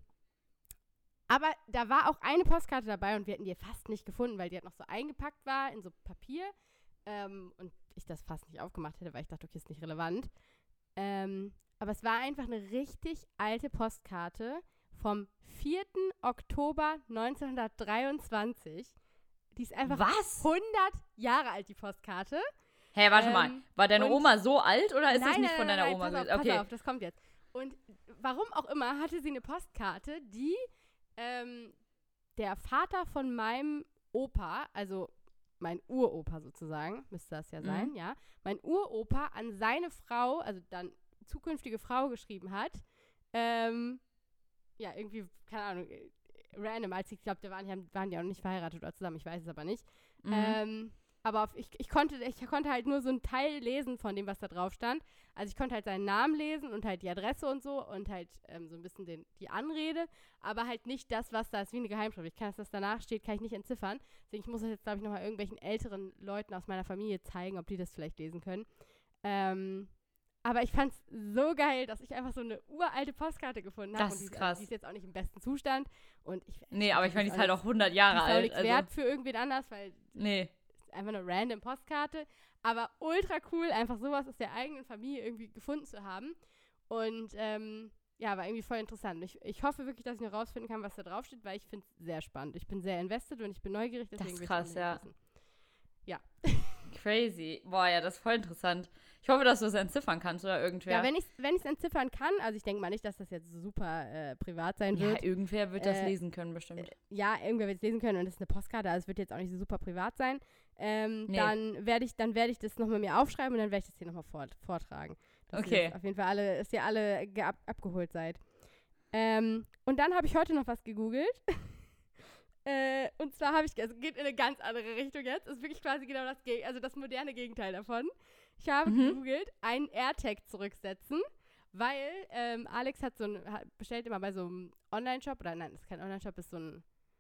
aber da war auch eine Postkarte dabei und wir hätten die fast nicht gefunden, weil die halt noch so eingepackt war in so Papier ähm, und ich das fast nicht aufgemacht hätte, weil ich dachte, okay, ist nicht relevant. Ähm, aber es war einfach eine richtig alte Postkarte vom vierten Oktober neunzehnhundertdreiundzwanzig. Die ist einfach Was? hundert Jahre alt, die Postkarte. Hä, hey, warte ähm, mal. War deine und, Oma so alt oder ist nein, das nicht nein, von nein, deiner nein, Oma? Pass auf, okay. pass auf, das kommt jetzt. Und warum auch immer hatte sie eine Postkarte, die ähm, der Vater von meinem Opa, also mein Uropa sozusagen, müsste das ja sein, mhm. ja, mein Uropa an seine Frau, also dann zukünftige Frau geschrieben hat, ähm, ja, irgendwie, keine Ahnung, random, als ich glaube, da waren die, waren die auch noch nicht verheiratet oder zusammen, ich weiß es aber nicht. Mhm. Ähm, aber auf, ich, ich, konnte, ich konnte halt nur so einen Teil lesen von dem, was da drauf stand. Also ich konnte halt seinen Namen lesen und halt die Adresse und so und halt ähm, so ein bisschen den, die Anrede, aber halt nicht das, was da ist, wie eine Geheimschrift. Ich kann, dass das danach steht, kann ich nicht entziffern. Deswegen ich muss das jetzt, glaube ich, nochmal irgendwelchen älteren Leuten aus meiner Familie zeigen, ob die das vielleicht lesen können. Ähm, aber ich fand's so geil, dass ich einfach so eine uralte Postkarte gefunden habe. Das ist krass. Die ist jetzt auch nicht im besten Zustand. Und ich, nee, aber ich meine, die ist halt auch hundert Jahre alt. Die ist auch nichts also wert für irgendwen anders, weil nee. ist einfach eine random Postkarte. Aber ultra cool, einfach sowas aus der eigenen Familie irgendwie gefunden zu haben. Und ähm, ja, war irgendwie voll interessant. Ich, ich hoffe wirklich, dass ich noch rausfinden kann, was da drauf steht, weil ich finde es sehr spannend. Ich bin sehr invested und ich bin neugierig, deswegen das ist krass, ja. Wissen. Ja. Crazy. Boah, ja, das ist voll interessant. Ich hoffe, dass du es entziffern kannst oder irgendwer. Ja, wenn ich es wenn entziffern kann, also ich denke mal nicht, dass das jetzt super äh, privat sein wird. Ja, irgendwer wird das äh, lesen können, bestimmt. Äh, ja, irgendwer wird es lesen können und es ist eine Postkarte, also es wird jetzt auch nicht so super privat sein. Ähm, nee. Dann werde ich, dann werd ich das noch mit mir aufschreiben und dann werde ich das hier nochmal fort, vortragen. Dass okay. Auf jeden Fall alle, dass ihr alle ab, abgeholt seid. Ähm, und dann habe ich heute noch was gegoogelt. Äh, und zwar habe ich, es also geht in eine ganz andere Richtung jetzt, ist wirklich quasi genau das, also das moderne Gegenteil davon. Ich habe mhm. gegoogelt, einen AirTag zurücksetzen, weil ähm, Alex hat so ein, hat, bestellt immer bei so einem Online-Shop, oder nein, das ist kein Online-Shop, ist so ein,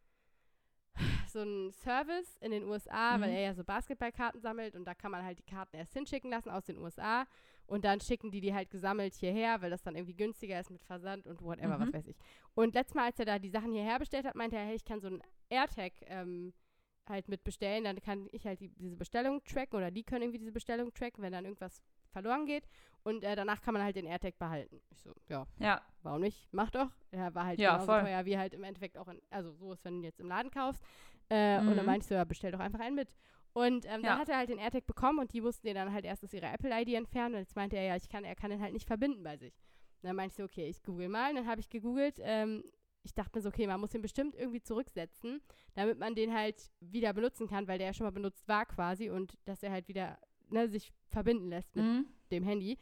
so ein Service in den U S A, mhm. weil er ja so Basketballkarten sammelt und da kann man halt die Karten erst hinschicken lassen aus den U S A und dann schicken die die halt gesammelt hierher, weil das dann irgendwie günstiger ist mit Versand und whatever, mhm. was weiß ich. Und letztes Mal, als er da die Sachen hierher bestellt hat, meinte er, hey, ich kann so einen AirTag ähm, halt mit bestellen, dann kann ich halt die, diese Bestellung tracken oder die können irgendwie diese Bestellung tracken, wenn dann irgendwas verloren geht und äh, danach kann man halt den AirTag behalten. Ich so, ja, ja. warum nicht? Mach doch. Er war halt ja, genauso voll. teuer wie halt im Endeffekt auch, in, also so ist, wenn du jetzt im Laden kaufst. Äh, mhm. Und dann meinte ich so, ja, bestell doch einfach einen mit. Und ähm, ja. dann hat er halt den AirTag bekommen und die mussten den dann halt erst aus ihrer Apple-I D entfernen und jetzt meinte er, ja, ich kann, er kann den halt nicht verbinden bei sich. Und dann meinte ich so, okay, ich google mal. Und dann habe ich gegoogelt, ähm, ich dachte mir so, okay, man muss den bestimmt irgendwie zurücksetzen, damit man den halt wieder benutzen kann, weil der ja schon mal benutzt war quasi und dass er halt wieder ne, sich verbinden lässt mit mhm. dem Handy.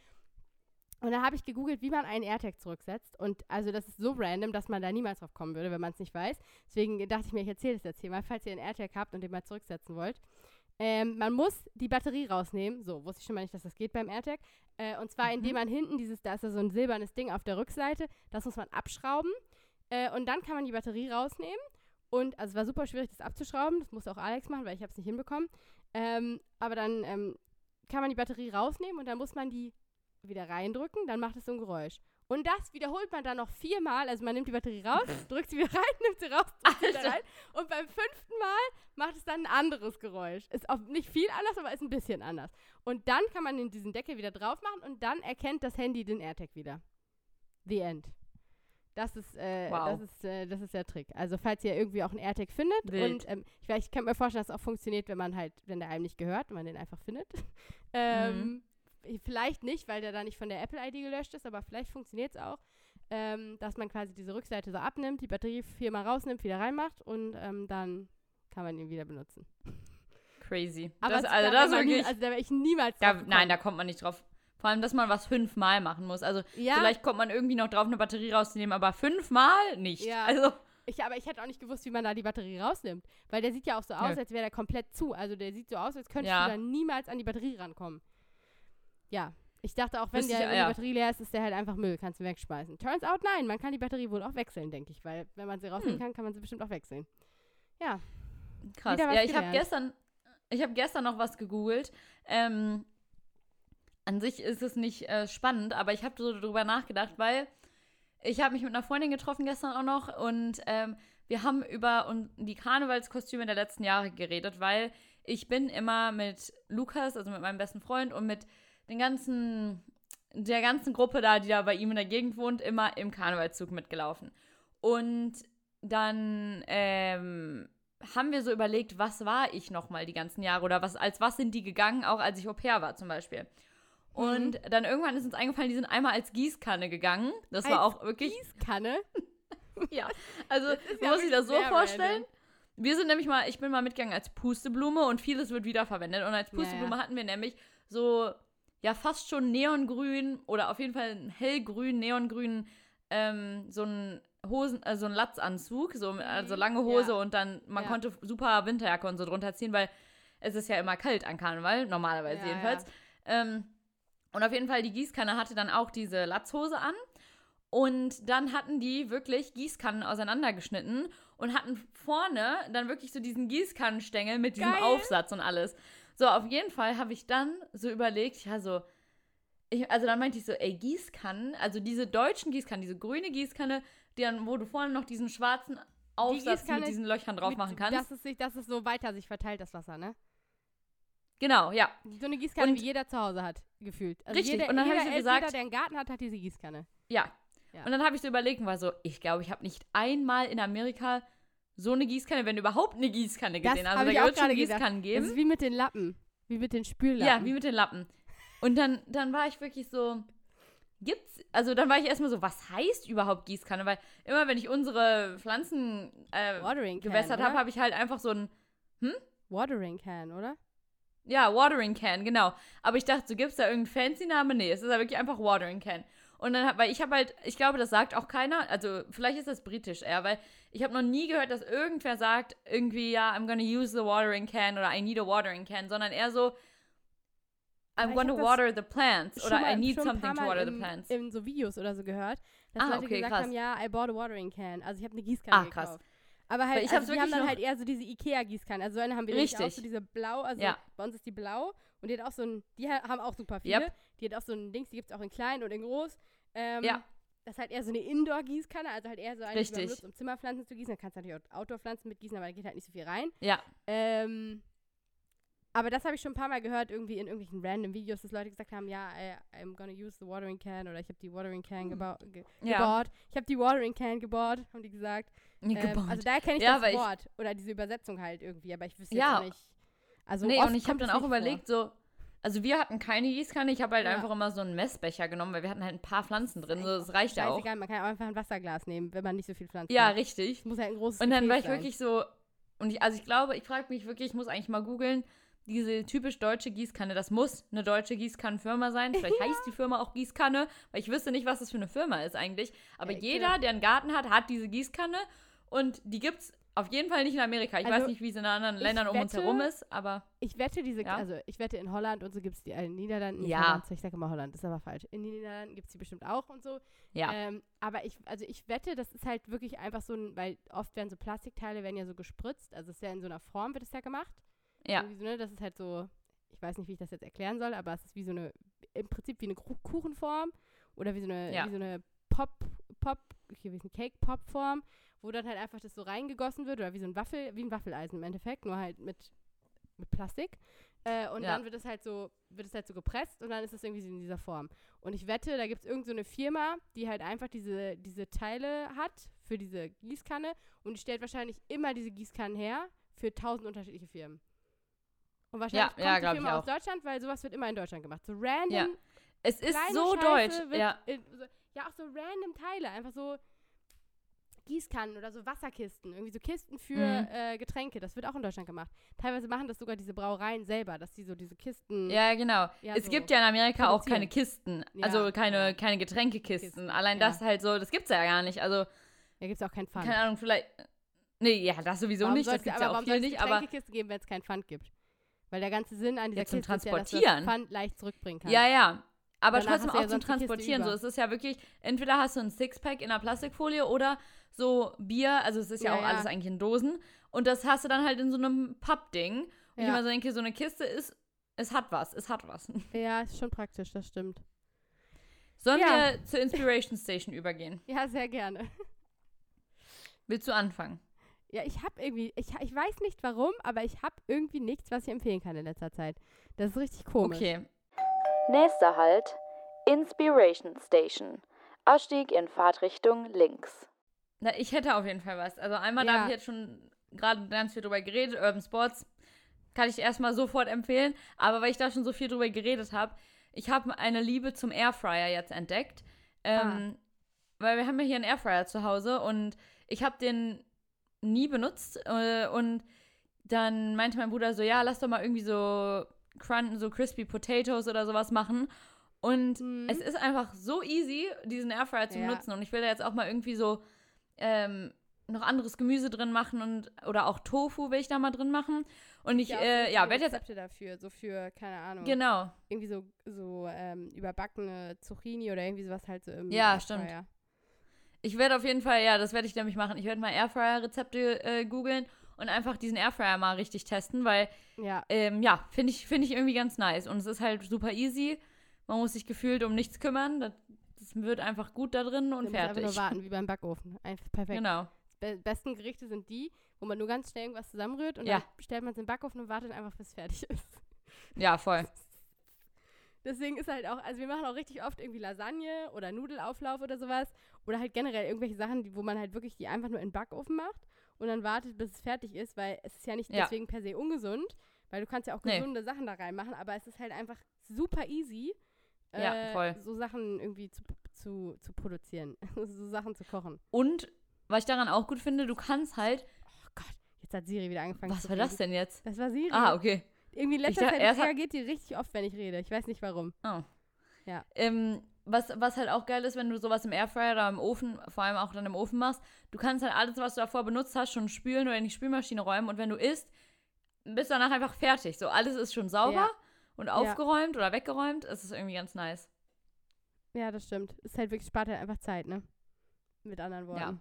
Und dann habe ich gegoogelt, wie man einen AirTag zurücksetzt. Und also das ist so random, dass man da niemals drauf kommen würde, wenn man es nicht weiß. Deswegen dachte ich mir, ich erzähle das jetzt hier mal, falls ihr einen AirTag habt und den mal zurücksetzen wollt. Ähm, man muss die Batterie rausnehmen. So, wusste ich schon mal nicht, dass das geht beim AirTag. Äh, und zwar, mhm. indem man hinten dieses, da ist ja so ein silbernes Ding auf der Rückseite, das muss man abschrauben. Äh, und dann kann man die Batterie rausnehmen. Und, also es war super schwierig, das abzuschrauben. Das musste auch Alex machen, weil ich habe es nicht hinbekommen. Ähm, aber dann ähm, kann man die Batterie rausnehmen und dann muss man die wieder reindrücken, dann macht es so ein Geräusch. Und das wiederholt man dann noch viermal. Also man nimmt die Batterie raus, drückt sie wieder rein, nimmt sie raus, drückt sie wieder rein. Und beim fünften Mal macht es dann ein anderes Geräusch. Ist auch nicht viel anders, aber ist ein bisschen anders. Und dann kann man diesen Deckel wieder drauf machen und dann erkennt das Handy den AirTag wieder. The end. Das ist, äh, wow. das ist, äh, das ist der Trick. Also falls ihr irgendwie auch einen AirTag findet Wild. und ähm, ich, ich kann mir vorstellen, dass es auch funktioniert, wenn man halt, wenn der einem nicht gehört, wenn man den einfach findet. ähm, mhm. Vielleicht nicht, weil der da nicht von der Apple-I D gelöscht ist, aber vielleicht funktioniert es auch, ähm, dass man quasi diese Rückseite so abnimmt, die Batterie viermal rausnimmt, wieder reinmacht und ähm, dann kann man ihn wieder benutzen. crazy. Aber das, es- also da das ist wär man nie, wirklich, also da wäre ich niemals da, drauf gekommen. nein, da kommt man nicht drauf. Vor allem, dass man was fünfmal machen muss. Also Ja. vielleicht kommt man irgendwie noch drauf, eine Batterie rauszunehmen, aber fünfmal nicht. Ja. Also, Ich, aber ich hätte auch nicht gewusst, wie man da die Batterie rausnimmt. Weil der sieht ja auch so aus, Nö. als wäre der komplett zu. Also der sieht so aus, als könntest Ja. du da niemals an die Batterie rankommen. Ja. Ich dachte auch, wenn Wüsste der, ich, wenn ja. die Batterie leer ist, ist der halt einfach Müll. Kannst du wegschmeißen. Turns out, nein. Man kann die Batterie wohl auch wechseln, denke ich. Weil wenn man sie rausnehmen Hm. kann, kann man sie bestimmt auch wechseln. Ja. krass. Wieder was Ja, ich habe gelernt. gestern, ich habe gestern noch was gegoogelt. Ähm, an sich ist es nicht äh, spannend, aber ich habe so drüber nachgedacht, weil ich habe mich mit einer Freundin getroffen gestern auch noch und ähm, wir haben über un- die Karnevalskostüme der letzten Jahre geredet, weil ich bin immer mit Lukas, also mit meinem besten Freund und mit den ganzen, der ganzen Gruppe da, die da bei ihm in der Gegend wohnt, immer im Karnevalszug mitgelaufen. Und dann ähm, haben wir so überlegt, was war ich nochmal die ganzen Jahre oder was, als was sind die gegangen, auch als ich Au-pair war zum Beispiel. Und dann irgendwann ist uns eingefallen, die sind einmal als Gießkanne gegangen. Das war Als auch wirklich, Gießkanne. ja, also ist man ja muss sich das wirklich so sehr vorstellen. random. Wir sind nämlich mal, ich bin mal mitgegangen als Pusteblume und vieles wird wiederverwendet. Und als Ja, Pusteblume ja. hatten wir nämlich so, ja, fast schon neongrün oder auf jeden Fall einen hellgrün, neongrünen, ähm, so einen Hosen, also einen Latzanzug, so, also lange Hose Ja. und dann, man Ja. konnte super Winterjacke und so drunter ziehen, weil es ist ja immer kalt an Karneval, normalerweise Ja, jedenfalls. Ähm, und auf jeden Fall, die Gießkanne hatte dann auch diese Latzhose an. Und dann hatten die wirklich Gießkannen auseinandergeschnitten und hatten vorne dann wirklich so diesen Gießkannenstängel mit diesem Geil. Aufsatz und alles. So, auf jeden Fall habe ich dann so überlegt, ja, so, ich, also dann meinte ich so, ey, Gießkannen, also diese deutschen Gießkannen, diese grüne Gießkanne, die dann, wo du vorne noch diesen schwarzen Aufsatz Gießkanne mit diesen Löchern drauf Mit- machen kannst. Dass es, sich, dass es so weiter sich verteilt, das Wasser, ne? Genau, ja. So eine Gießkanne, Und- wie jeder zu Hause hat, gefühlt. Also Richtig, Jeder, und dann hab jeder, ich so El- gesagt- jeder, der einen Garten hat, hat diese Gießkanne. Ja. Ja. Und dann habe ich so überlegt und war so, ich glaube, ich habe nicht einmal in Amerika so eine Gießkanne, wenn überhaupt eine Gießkanne Das gesehen. hab Also ich da auch wird schon gerade gedacht. Gießkannen Das geben. ist wie mit den Lappen. Wie mit den Spüllappen. Ja, wie mit den Lappen. Und dann, dann war ich wirklich so, gibt's, also dann war ich erstmal so, was heißt überhaupt Gießkanne? Weil immer, wenn ich unsere Pflanzen äh, Watering Can, gewässert habe, oder? habe ich halt einfach so ein, Watering Can, oder? ja, Watering Can, genau. Aber ich dachte, so gibt's da irgendeinen fancy Namen? Nee, es ist ja wirklich einfach Watering Can. Und dann, hab- weil ich habe halt, ich glaube, das sagt auch keiner, also vielleicht ist das britisch eher, weil ich habe noch nie gehört, dass irgendwer sagt, irgendwie, ja, I'm gonna use the watering can oder I need a watering can, sondern eher so, I'm Aber ich gonna hab das water the plants Schon oder mal- I need schon ein something paar to Mal water im, the plants. in so Videos oder so gehört, dass Ah, Leute okay, gesagt krass. haben, ja, I bought a watering can. Also ich habe eine Gießkanne Ah, gekauft. krass. Aber halt, Weil ich also hab's die haben wirklich dann noch- halt eher so diese Ikea-Gießkanne. Also so eine haben wir nämlich auch, Richtig. so diese blau, also Ja. bei uns ist die blau und die hat auch so ein, die ha- haben auch super viele. Yep. Die hat auch so ein Dings, die gibt es auch in klein und in groß. Ähm, Ja. Das ist halt eher so eine Indoor-Gießkanne, also halt eher so eine, die man Richtig. benutzt, um Zimmerpflanzen zu gießen. Dann kannst du natürlich auch Outdoor-Pflanzen mitgießen, aber da geht halt nicht so viel rein. Ja, Ähm, aber das habe ich schon ein paar Mal gehört, irgendwie in irgendwelchen random Videos, dass Leute gesagt haben, ja, I, I'm gonna use the watering can oder ich habe die watering can gebau ge Ja. gebaut. Ich habe die watering can gebaut, haben die gesagt. nie Ähm, gebaut. also daher kenne ich Ja, das weil ich- Wort oder diese Übersetzung halt irgendwie, aber ich wüsste Ja. jetzt auch nicht. Also nee, oft und ich habe kommt dann es auch nicht überlegt, so, also wir hatten keine Gießkanne, ich habe halt Ja. einfach immer so einen Messbecher genommen, weil wir hatten halt ein paar Pflanzen drin, so, das vor. reicht ja auch. Scheißegal, man kann auch einfach ein Wasserglas nehmen, wenn man nicht so viel Pflanzen Ja, hat. richtig. Es muss halt ein großes Und dann war Gefäß ich sein. wirklich so, und ich, also ich glaube, ich frage mich wirklich, ich muss eigentlich mal googeln, diese typisch deutsche Gießkanne, das muss eine deutsche Gießkannenfirma sein. Vielleicht heißt die Firma auch Gießkanne, weil ich wüsste nicht, was das für eine Firma ist eigentlich. Aber Äh, jeder, genau. der einen Garten hat, hat diese Gießkanne und die gibt's auf jeden Fall nicht in Amerika. Ich Also, weiß nicht, wie es in anderen ich Ländern um uns wette- herum ist, aber Ich wette, diese, Ja? also ich wette, in Holland und so gibt es die, äh, in Niederlanden, nicht Ja. Holland, ich sage immer Holland, das ist aber falsch. In den Niederlanden gibt es die bestimmt auch und so. ja. Ähm, aber ich, also ich wette, das ist halt wirklich einfach so ein, weil oft werden so Plastikteile, werden ja so gespritzt, also es ist ja in so einer Form, wird es ja gemacht. Ja. Irgendwie so, ne, das ist halt so, ich weiß nicht, wie ich das jetzt erklären soll, aber es ist wie so eine, im Prinzip wie eine Kru- Kuchenform oder wie so eine, Ja. wie so eine Pop, Pop, hier wie so eine Cake-Pop-Form, wo dann halt einfach das so reingegossen wird oder wie so ein Waffel, wie ein Waffeleisen im Endeffekt, nur halt mit, mit Plastik. Äh, und Ja. dann wird es halt so, wird es halt so gepresst und dann ist es irgendwie so in dieser Form. Und ich wette, da gibt es irgend so eine Firma, die halt einfach diese, diese Teile hat für diese Gießkanne und die stellt wahrscheinlich immer diese Gießkannen her für tausend unterschiedliche Firmen. Und wahrscheinlich Ja, ja, kommt die glaub ich Firma aus auch. Deutschland, weil sowas wird immer in Deutschland gemacht. So random, Ja. Es ist kleine so Scheiße deutsch. wird Ja. in, so, ja, auch so random Teile, einfach so Gießkannen oder so Wasserkisten, irgendwie so Kisten für Mhm. äh, Getränke. Das wird auch in Deutschland gemacht. Teilweise machen das sogar diese Brauereien selber, dass die so diese Kisten. Ja, genau. Ja, es so gibt ja in Amerika auch keine produzieren. Kisten. Ja, Also keine, ja. keine Getränkekisten. Kisten, Allein ja. das halt so, das gibt's ja gar nicht. Also, Da gibt es auch keinen Pfand. keine Ahnung, vielleicht. Nee, ja, das sowieso Warum nicht. Das soll's- gibt's aber ja auch warum hier soll es nicht. Aber Getränkekisten geben, wenn es keinen Pfand gibt? Weil der ganze Sinn an dieser Ja, zum Kiste ist ja, dass du Transportieren. das Pfand leicht zurückbringen kannst. ja, ja. Aber Danach trotzdem hast du ja auch zum sonst die Kiste Transportieren. So, über. es ist ja wirklich, entweder hast du ein Sixpack in einer Plastikfolie oder so Bier, also es ist ja, Ja, auch ja. alles eigentlich in Dosen. Und das hast du dann halt in so einem Pappding. Und ich Ja. immer so denke, so eine Kiste ist, es hat was, es hat was. Ja, ist schon praktisch, das stimmt. Sollen Ja. wir zur Inspiration Station übergehen? Ja, sehr gerne. Willst du anfangen? Ja, ich habe irgendwie, ich, ich weiß nicht warum, aber ich habe irgendwie nichts, was ich empfehlen kann in letzter Zeit. Das ist richtig komisch. Okay. Nächster Halt, Inspiration Station. Ausstieg in Fahrtrichtung links. Na, ich hätte auf jeden Fall was. Also einmal, da Ja. habe ich jetzt schon gerade ganz viel drüber geredet, Urban Sports kann ich erstmal sofort empfehlen. Aber weil ich da schon so viel drüber geredet habe, ich habe eine Liebe zum Airfryer jetzt entdeckt. Ähm, Weil wir haben ja hier einen Airfryer zu Hause und ich habe den nie benutzt. Äh, und dann meinte mein Bruder so, ja, lass doch mal irgendwie so, crun so Crispy Potatoes oder sowas machen. Und Mhm. es ist einfach so easy, diesen Airfryer zu Ja. benutzen. Und ich will da jetzt auch mal irgendwie so ähm, noch anderes Gemüse drin machen und oder auch Tofu will ich da mal drin machen. Und ich, Ja, äh, ja, werde jetzt. Rezepte dafür, so für, keine Ahnung, Genau. irgendwie so, so ähm, überbackene Zucchini oder irgendwie sowas halt so im Ja, Airfryer. stimmt. Ich werde auf jeden Fall, ja, das werde ich nämlich machen. Ich werde mal Airfryer-Rezepte äh, googeln und einfach diesen Airfryer mal richtig testen, weil, Ja, ähm, ja, finde ich, finde ich irgendwie ganz nice. Und es ist halt super easy. Man muss sich gefühlt um nichts kümmern. Das, das wird einfach gut da drin und du musst einfach fertig. nur warten, wie beim Backofen. Einfach perfekt. Genau. Be besten Gerichte sind die, wo man nur ganz schnell irgendwas zusammenrührt und Ja. dann stellt man es in den Backofen und wartet einfach, bis es fertig ist. Ja, voll. Deswegen ist halt auch, also wir machen auch richtig oft irgendwie Lasagne oder Nudelauflauf oder sowas. Oder halt generell irgendwelche Sachen, die, wo man halt wirklich die einfach nur in den Backofen macht und dann wartet, bis es fertig ist, weil es ist ja nicht Ja. deswegen per se ungesund, weil du kannst ja auch Nee. gesunde Sachen da reinmachen, aber es ist halt einfach super easy, Ja, äh, voll. so Sachen irgendwie zu, zu, zu produzieren, so Sachen zu kochen. Und was ich daran auch gut finde, du kannst halt. Oh Gott, jetzt hat Siri wieder angefangen Was zu war reden. das denn jetzt? Das war Siri. Ah, okay. Irgendwie in letzter Ich dachte, Zeit erst hat- reagiert die richtig oft, wenn ich rede. Ich weiß nicht warum. Oh. Ja. Ähm, was, was halt auch geil ist, wenn du sowas im Airfryer oder im Ofen, vor allem auch dann im Ofen machst, du kannst halt alles, was du davor benutzt hast, schon spülen oder in die Spülmaschine räumen und wenn du isst, bist du danach einfach fertig. So, alles ist schon sauber Ja. und aufgeräumt oder weggeräumt. Es ist irgendwie ganz nice. Ja, das stimmt. Ist halt wirklich, spart halt einfach Zeit, ne? Mit anderen Worten.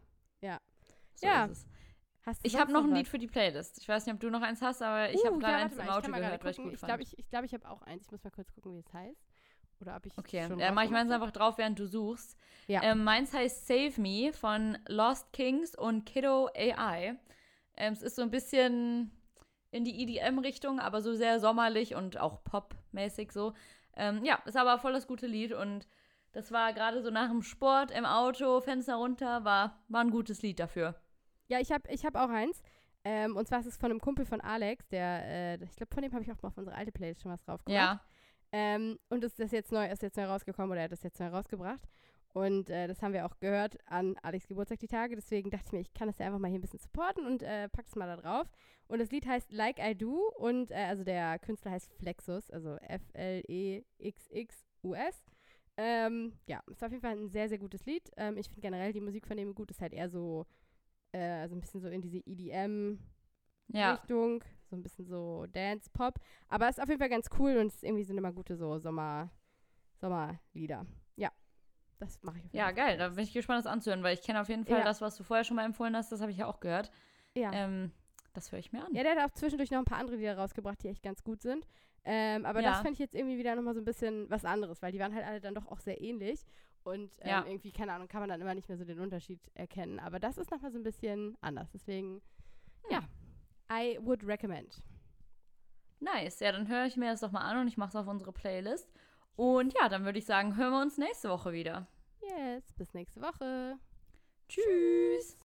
So Ja. ist es. Hast du Ich habe sonst noch ein was? Lied für die Playlist. Ich weiß nicht, ob du noch eins hast, aber ich habe Uh, gerade ja, eins warte im mal, ich Auto kann mal gerade gehört, weil ich gucken. gut Ich glaube, fand. ich, ich, glaub, ich habe auch eins. Ich muss mal kurz gucken, wie es heißt. Oder ob ich Okay, schon dann mache ich meins rausgemacht einfach drauf, während du suchst. Ja. Ähm, meins heißt Save Me von Lost Kings und Kiddo A I. Ähm, es ist so ein bisschen in die E D M-Richtung, aber so sehr sommerlich und auch Pop-mäßig so. Ähm, ja, ist aber voll das gute Lied und das war gerade so nach dem Sport im Auto, Fenster runter, war, war ein gutes Lied dafür. Ja, ich habe ich hab auch eins. Ähm, und zwar ist es von einem Kumpel von Alex, der, äh, ich glaube, von dem habe ich auch mal auf unsere alte Playlist schon was drauf gemacht. Ja, Ähm, und das ist jetzt neu, ist jetzt neu rausgekommen oder er hat das jetzt neu rausgebracht. Und äh, das haben wir auch gehört an Alex Geburtstag die Tage. Deswegen dachte ich mir, ich kann das ja einfach mal hier ein bisschen supporten und äh, pack es mal da drauf. Und das Lied heißt Like I Do und äh, also der Künstler heißt Flexus, also F L E X X U S. Ähm, ja, ist auf jeden Fall ein sehr, sehr gutes Lied. Ähm, ich finde generell die Musik von dem gut, ist halt eher so, äh, also ein bisschen so in diese E D M ja. Richtung, so ein bisschen so Dance-Pop. Aber ist auf jeden Fall ganz cool und es irgendwie sind immer gute so Sommer, Sommerlieder. Ja, das mache ich auf jeden Ja, Fall. geil, da bin ich gespannt, das anzuhören, weil ich kenne auf jeden Fall Ja. das, was du vorher schon mal empfohlen hast, das habe ich ja auch gehört. Ja. Ähm, das höre ich mir an. ja, der hat auch zwischendurch noch ein paar andere Lieder rausgebracht, die echt ganz gut sind. Ähm, aber Ja. das fand ich jetzt irgendwie wieder nochmal so ein bisschen was anderes, weil die waren halt alle dann doch auch sehr ähnlich. Und ähm, Ja. irgendwie, keine Ahnung, kann man dann immer nicht mehr so den Unterschied erkennen. Aber das ist nochmal so ein bisschen anders. Deswegen, ja, I would recommend. Nice, ja, dann höre ich mir das doch mal an und ich mache es auf unsere Playlist. Und ja, dann würde ich sagen, hören wir uns nächste Woche wieder. Yes, bis nächste Woche. Tschüss.